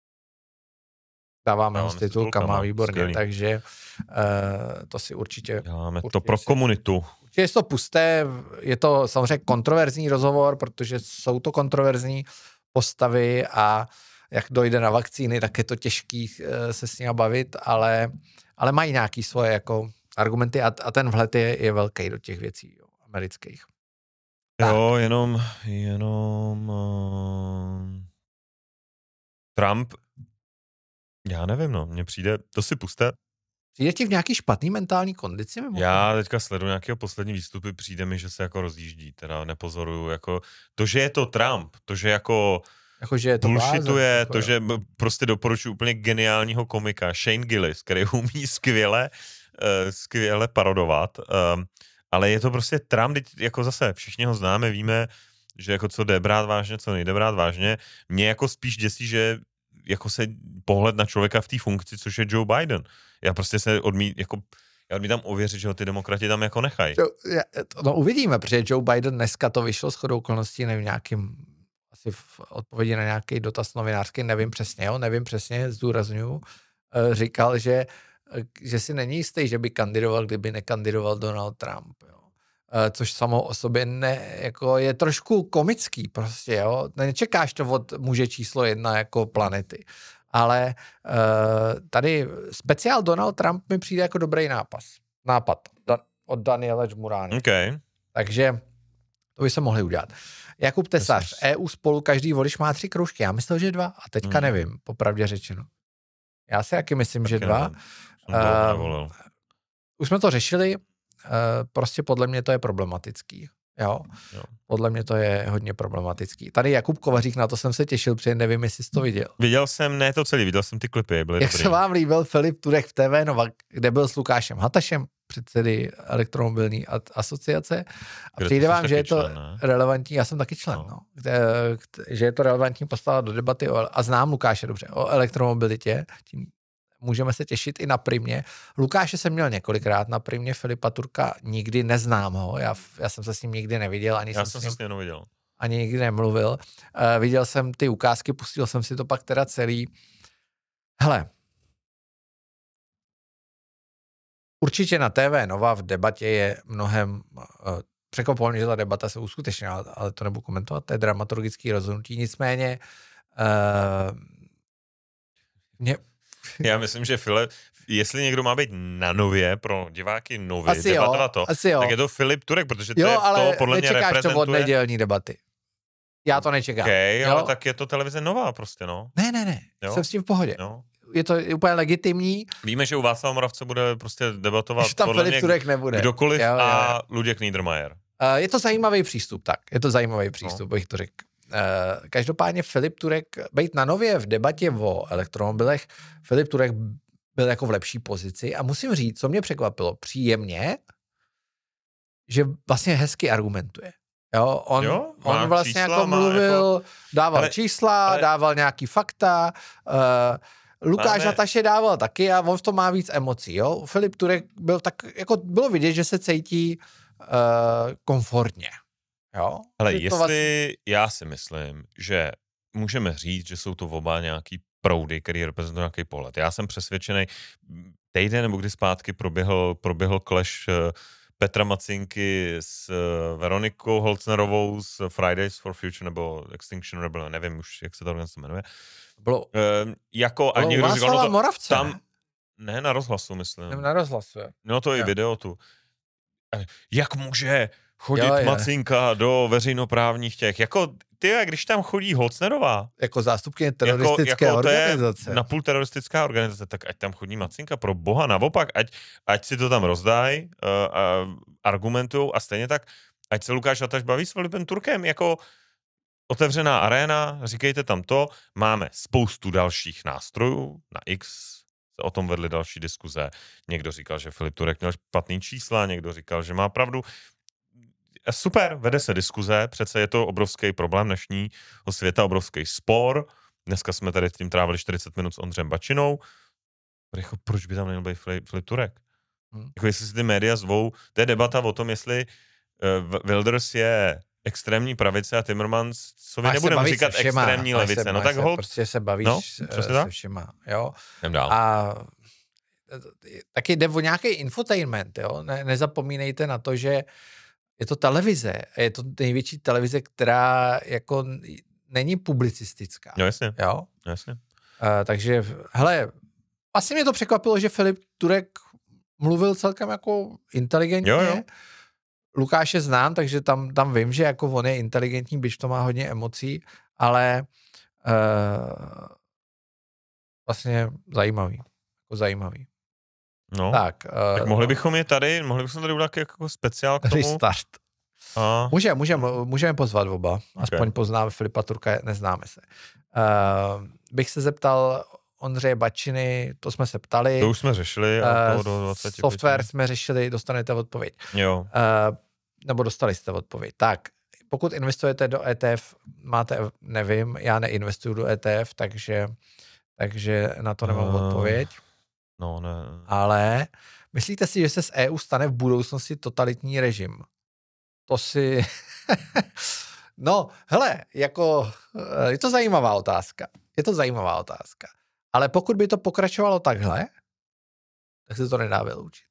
Dáváme ho s titulkama, výborně, skvělý. Takže to si určitě... Dáme to pro komunitu. Určitě je to pusté, je to samozřejmě kontroverzní rozhovor, protože jsou to kontroverzní postavy a jak dojde na vakcíny, tak je to těžký se s nimi bavit, ale mají nějaký svoje jako argumenty a ten vhled je velký do těch věcí amerických. Jo, jenom Trump, já nevím, mně přijde, to si puste. Přijde ti v nějaký špatný mentální kondici? Já teďka sleduju nějakého poslední výstupy, přijde mi, že se jako rozjíždí, teda nepozoruju, jako to, že je to Trump, to, že jako že je to bullshituje, to, že prostě doporučuji úplně geniálního komika, Shane Gillis, který umí skvěle parodovat, ale je to prostě Trump, jako zase všichni ho známe, víme, že jako co jde brát vážně, co nejde brát vážně. Mě jako spíš děsí, že jako se pohled na člověka v té funkci, což je Joe Biden. Já prostě se odmítám ověřit, že ho ty demokrati tam jako nechají. No uvidíme, protože Joe Biden dneska to vyšlo shodou okolností, nevím, nějakým asi v odpovědi na nějaký dotaz novinářský, nevím přesně, zdůrazňuju, říkal, že si není jistý, že by kandidoval, kdyby nekandidoval Donald Trump. Jo. Což samo o sobě jako je trošku komický prostě, jo. Nečekáš to od muže číslo 1 jako planety. Ale tady speciál Donald Trump mi přijde jako dobrý nápad od Daniela Žmurány. Okay. Takže to by se mohli udělat. Jakub Tesař, EU spolu každý volič má 3 kroužky. Já myslel, že 2 a teďka nevím, popravdě řečeno. Já si taky myslím, že 2. Už jsme to řešili, prostě podle mě to je problematický. Jo. Podle mě to je hodně problematický. Tady Jakub Kovařík, na to jsem se těšil, protože nevím, jestli jsi to viděl. Viděl jsem, ne to celý, viděl jsem ty klipy, byly Jak dobrý. se vám líbil Filip Turek v TV Nova, kde byl s Lukášem Hatašem, předsedy elektromobilní asociace, a přijde vám, že je to relevantní, já jsem taky člen, že je to relevantní postava do debaty a znám Lukáše dobře, o elektromobilitě, tím můžeme se těšit i na Primě. Lukáše jsem měl několikrát na Primě, Filipa Turka nikdy neznám ho, já jsem se s ním nikdy neviděl, ani já jsem se s ním neviděl. Ani nikdy nemluvil. Viděl jsem ty ukázky, pustil jsem si to pak teda celý. Hele, určitě na TV Nova v debatě je mnohem, překvapilo mě, že ta debata se uskutečnila, ale to nebudu komentovat, to je dramaturgický rozhodnutí, nicméně Já myslím, že Filip, jestli někdo má být na Nově pro diváky Novy, debatovat to, tak je to Filip Turek, protože to, to podle mě reprezentuje. To od nedělní debaty. Já to nečekám. Okay, ale tak je to televize Nová prostě, no. Ne, jo? Jsem s tím v pohodě. Jo. Je to úplně legitimní. Víme, že u Václava Moravce bude prostě debatovat podle mě Turek nebude. Kdokoliv a Luděk Niedermayer. Je to zajímavý přístup, tak. Je to zajímavý přístup, bych to řekl. Každopádně Filip Turek, být na Nově v debatě o elektromobilech, Filip Turek byl jako v lepší pozici a musím říct, co mě překvapilo příjemně, že vlastně hezky argumentuje. Jo, on vlastně čísla, jako mluvil, dával čísla, dával nějaký fakta, Lukáš Nataše dával taky a on v tom má víc emocí, jo. Filip Turek byl tak, jako bylo vidět, že se cítí komfortně, jo. Ale jestli já si myslím, že můžeme říct, že jsou to oba nějaký proudy, který reprezentují nějaký pohled. Já jsem přesvědčený, týden nebo kdy zpátky proběhl clash Petra Macinky s Veronikou Holznerovou z Fridays for Future nebo Extinction Rebellion, nevím už, jak se ta organizace jmenuje. Bylo a někdo říkal, no to, Moravce, tam, ne, na Rozhlasu, myslím. Na Rozhlasu, je. No to i video tu. Jak může chodit Macinka do veřejnoprávních těch, jako ty, když tam chodí Holznerová. Jako zástupkyně teroristické organizace. To je napůl teroristická organizace, tak ať tam chodí Macinka, pro boha, naopak, ať si to tam rozdají, argumentujou a stejně tak, ať se Lukáš Nataš baví s Filipem Turkem, jako otevřená aréna, říkejte tam to, máme spoustu dalších nástrojů, na X se o tom vedly další diskuze, někdo říkal, že Filip Turek měl špatný čísla, někdo říkal, že má pravdu. Super, vede se diskuze, přece je to obrovský problém dnešního světa, obrovský spor. Dneska jsme tady tím trávili 40 minut s Ondřejem Bačinou. Jako, proč by tam neměl být Filip Turek? Jako jestli si ty média zvou, to je debata o tom, jestli Wilders je extrémní pravice a Timmermans, co vy nebudeme říkat extrémní levice. No tak holt. Prostě se bavíš se všema, jo. Jdem dál. A taky jde o nějaký infotainment, jo. Nezapomínejte na to, že je to televize. Je to největší televize, která jako není publicistická. No jasně. Jo? Jasně. Takže, hele, asi mě to překvapilo, že Filip Turek mluvil celkem jako inteligentně. Jo. Lukáše znám, takže tam vím, že jako on je inteligentní, byť to má hodně emocí, ale vlastně zajímavý. No, tak mohli bychom tady udělat jako speciál k tomu. Restart. Můžeme pozvat oba. Aspoň poznáme Filipa Turka, neznáme se. Bych se zeptal Ondřeje Bačiny, to jsme se ptali. To už jsme řešili. Software jsme řešili, dostanete odpověď. Jo. Nebo dostali jste odpověď. Tak, pokud investujete do ETF, nevím, já neinvestuju do ETF, takže na to nemám odpověď. No, ne. Ale myslíte si, že se z EU stane v budoucnosti totalitní režim? To si... No, hele, jako... Je to zajímavá otázka. Ale pokud by to pokračovalo takhle, tak se to nedá vyloučit.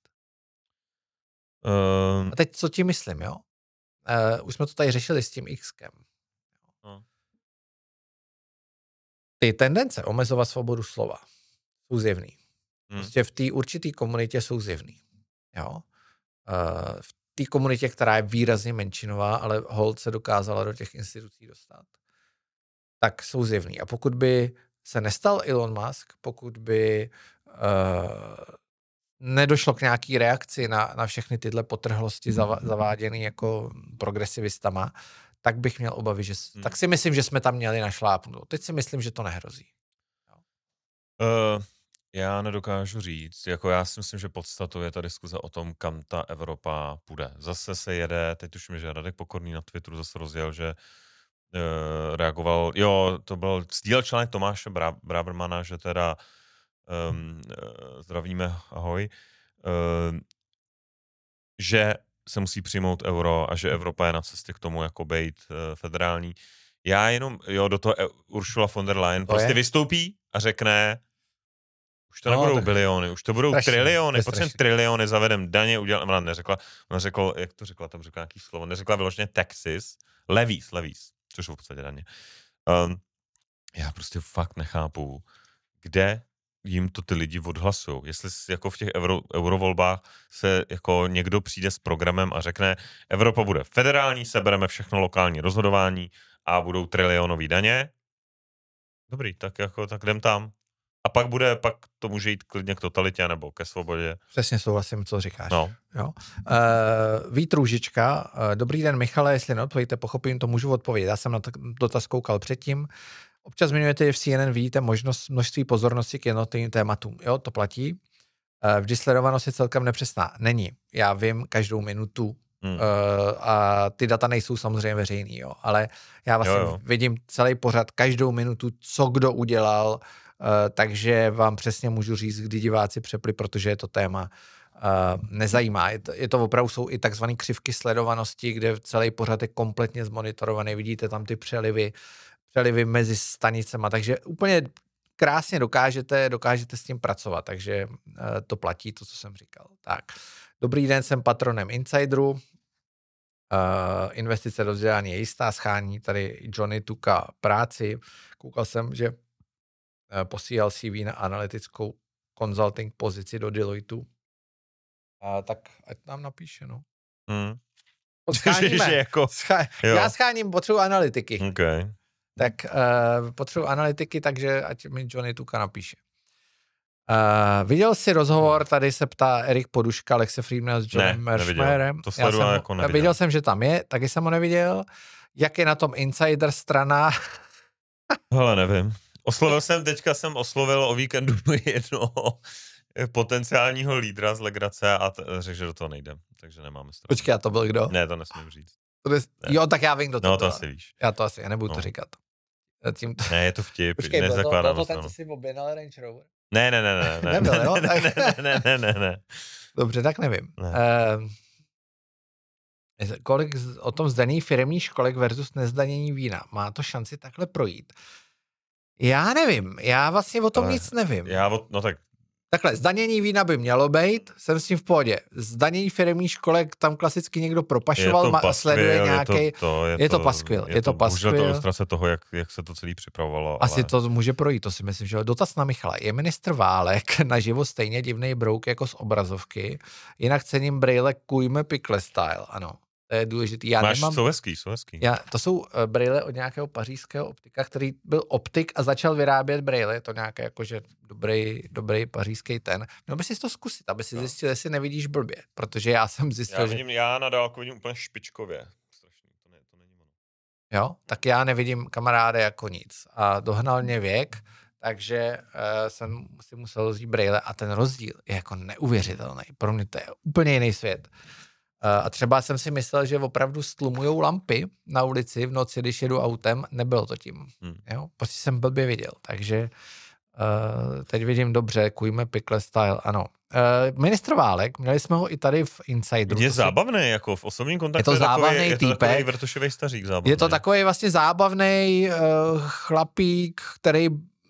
A teď co tím myslím, jo? Už jsme to tady řešili s tím Xkem. Ty tendence omezovat svobodu slova jsou zjevný. Prostě v té určité komunitě jsou zjevný. Jo? V té komunitě, která je výrazně menšinová, ale holt se dokázala do těch institucí dostat, tak jsou zjevný. A pokud by se nestal Elon Musk, pokud by nedošlo k nějaký reakci na všechny tyhle potrhlosti zaváděný jako progresivistama, tak bych měl obavy, že tak si myslím, že jsme tam měli našlápnout. Teď si myslím, že to nehrozí. Já nedokážu říct. Jako já si myslím, že podstatou je ta diskuze o tom, kam ta Evropa půjde. Zase se jede, teď už mi, že Radek Pokorný na Twitteru zase rozjel, že reagoval, to byl sdílel článek Tomáše Brabermana, že teda zdravíme, ahoj, že se musí přijmout euro a že Evropa je na cestě k tomu jako bejt federální. Já jenom, do toho Ursula von der Leyen prostě vystoupí a řekne, už to nebudou biliony, už to budou triliony, potřebujeme triliony, zavedem daně, ona řekla, jak to řekla, tam řekla nějaký slovo, neřekla vyloženě taxes, levies, což jsou v podstatě daně. Já prostě fakt nechápu, kde jim to ty lidi odhlasují. Jestli jako v těch eurovolbách se jako někdo přijde s programem a řekne, Evropa bude federální, sebereme všechno lokální rozhodování a budou trilionový daně. Dobrý, tak jdem tam. A pak to může jít klidně k totalitě nebo ke svobodě. Přesně souhlasím, co říkáš. No. Jo. Vít Růžička, dobrý den Michale, jestli neodpovíte, pochopím, to můžu odpovědět. Já jsem na dotaz koukal předtím. Občas zmiňujete, že v CNN vidíte množství pozornosti k jednotlivým tématům. Jo, to platí. Vždy sledovanost je celkem nepřesná. Není. Já vím každou minutu a ty data nejsou samozřejmě veřejný, jo. Ale já vlastně vidím celý pořad, každou minutu, co kdo udělal, takže vám přesně můžu říct, kdy diváci přepli, protože je to téma nezajímá. Je to opravdu, jsou i takzvané křivky sledovanosti, kde celý pořad je kompletně zmonitorovaný, vidíte tam ty přelivy mezi stanicema, takže úplně krásně dokážete s tím pracovat, takže to platí, to, co jsem říkal. Tak, dobrý den, jsem patronem Insideru, investice do vzdělání je jistá, schání tady Johnny Tuka práci, koukal jsem, že posílal CV na analytickou consulting pozici do Deloitu, tak ať nám napíše, no. Odscháníme. Já scháním, potřebuji analytiky. Okay. Tak potřebuji analytiky, takže ať mi Johnny Tuka napíše. Viděl jsi rozhovor, tady se ptá Erik Poduška, Lexe Friedman s Johnem Merschmayerem. To sleduji jako neviděl. Viděl jsem, že tam je, taky jsem ho neviděl. Jak je na tom Insider strana? Hele, nevím. Teďka jsem oslovil o víkendu jednoho potenciálního lídra z legrace a řekl, že do toho nejdem, takže nemáme stranu. Počkej, a to byl kdo? Ne, to nesmím říct. Jo, tak já vím, kdo to No, to asi víš. Já nebudu to říkat. Ne, je to vtip. Počkej, bylo to ten, co si objednal Range Rover? Ne. Nebyl, jo? Ne. Dobře, tak nevím. Kolik o tom zdanění firemních školek versus nezdanění vína. Má to šanci takhle projít? Já nevím. Já vlastně o tom nic nevím. Takhle, zdanění vína by mělo být, jsem s tím v pohodě. Zdanění firemních školek, tam klasicky někdo propašoval, sleduje nějaký. Je to paskvil. Bohužel to ilustrace toho, jak se to celý připravovalo. Asi to může projít, to si myslím, že dotaz na Michala. Je ministr Válek naživo stejně divnej brouk jako z obrazovky, jinak cením brejle Kujme Pikle style, ano. To je důležitý. Jsou hezký. To jsou brejle od nějakého pařížského optika, který byl optik a začal vyrábět brejle. To nějaké jakože dobrý pařížský ten. Měl by si to zkusit, aby si zjistil, jestli nevidíš blbě. Protože já jsem zjistil, já na dálku vidím úplně špičkově. Strašný, to není ono. Jo, tak já nevidím kamaráde jako nic. A dohnal mě věk, takže jsem si musel vzít brejle a ten rozdíl je jako neuvěřitelný. Pro mě to je úplně jiný svět. A třeba jsem si myslel, že opravdu stlumujou lampy na ulici v noci, když jedu autem. Nebylo to tím. Jo? Prostě jsem blbě viděl. Takže teď vidím dobře, Kujme Pikle style, ano. Ministr Válek, měli jsme ho i tady v Insideru. Je zábavný, jako v osobním kontaktu. Je to zábavný týpek. Je to takový vrtošovej stařík zábavný. Je to takový vlastně zábavný chlapík, který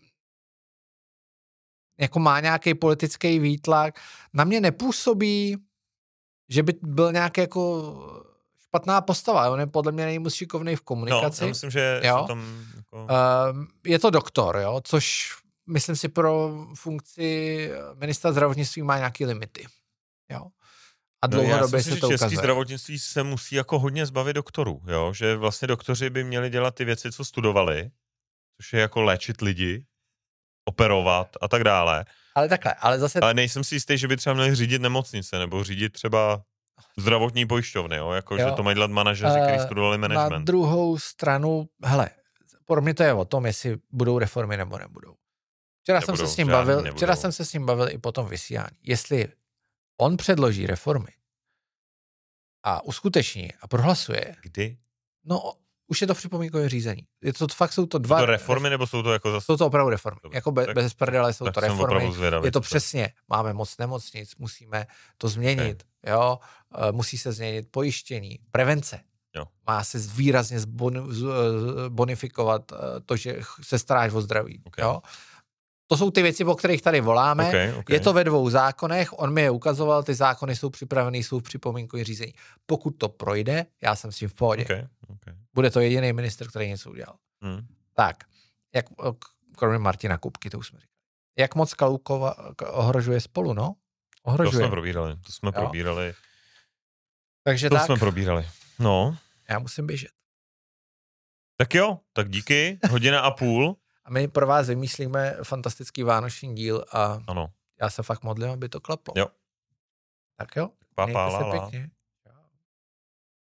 jako má nějaký politický výtlak. Na mě nepůsobí, že by byl nějaký jako špatná postava. On je podle mě nejmoc šikovnej v komunikaci. No, já myslím, že tam jako... je to doktor, jo, což myslím si pro funkci ministra zdravotnictví má nějaký limity. Jo. A dlouhodobě se to ukazuje. České zdravotnictví se musí jako hodně zbavit doktorů, jo, že vlastně doktoři by měli dělat ty věci, co studovali, což je jako léčit lidi, operovat a tak dále. Ale takhle, ale nejsem si jistý, že by třeba měli řídit nemocnice, nebo řídit třeba zdravotní pojišťovny, jo? Jako, že to mají dělat manažeři, kteří studovali management. Na druhou stranu, hele, pro mě to je o tom, jestli budou reformy nebo nebudou. Včera jsem se s ním bavil i po tom vysílání. Jestli on předloží reformy a uskuteční a prohlasuje. Kdy? No, už je to připomínkové řízení. Fakt jsou to dva... Jsou to reformy, nebo jsou to jako zase... Jsou to opravdu reformy. Jako bez prdele jsou to reformy. Je to přesně, máme moc nemocnic, musíme to změnit, jo, musí se změnit pojištění, prevence. Jo. Má se výrazně bonifikovat to, že se staráš o zdraví, jo. To jsou ty věci, o kterých tady voláme. Okay. Je to ve 2 zákonech, on mi je ukazoval, ty zákony jsou připravený, jsou v připomínkovém řízení. Pokud to projde, já jsem s tím v pohodě. Okay. Bude to jediný ministr, který něco udělal. Tak, kromě Martina Kupky, to už jsme říkali. Jak moc Kalukova ohrožuje Spolu, no? Ohrožuje. To jsme probírali. Takže to jsme probírali. No. Já musím běžet. Tak jo, tak díky, 1.5 hodiny. A my pro vás vymýšlíme fantastický vánoční díl a ano. Já se fakt modlím, aby to klaplo. Jo. Tak jo, mějte se pěkně.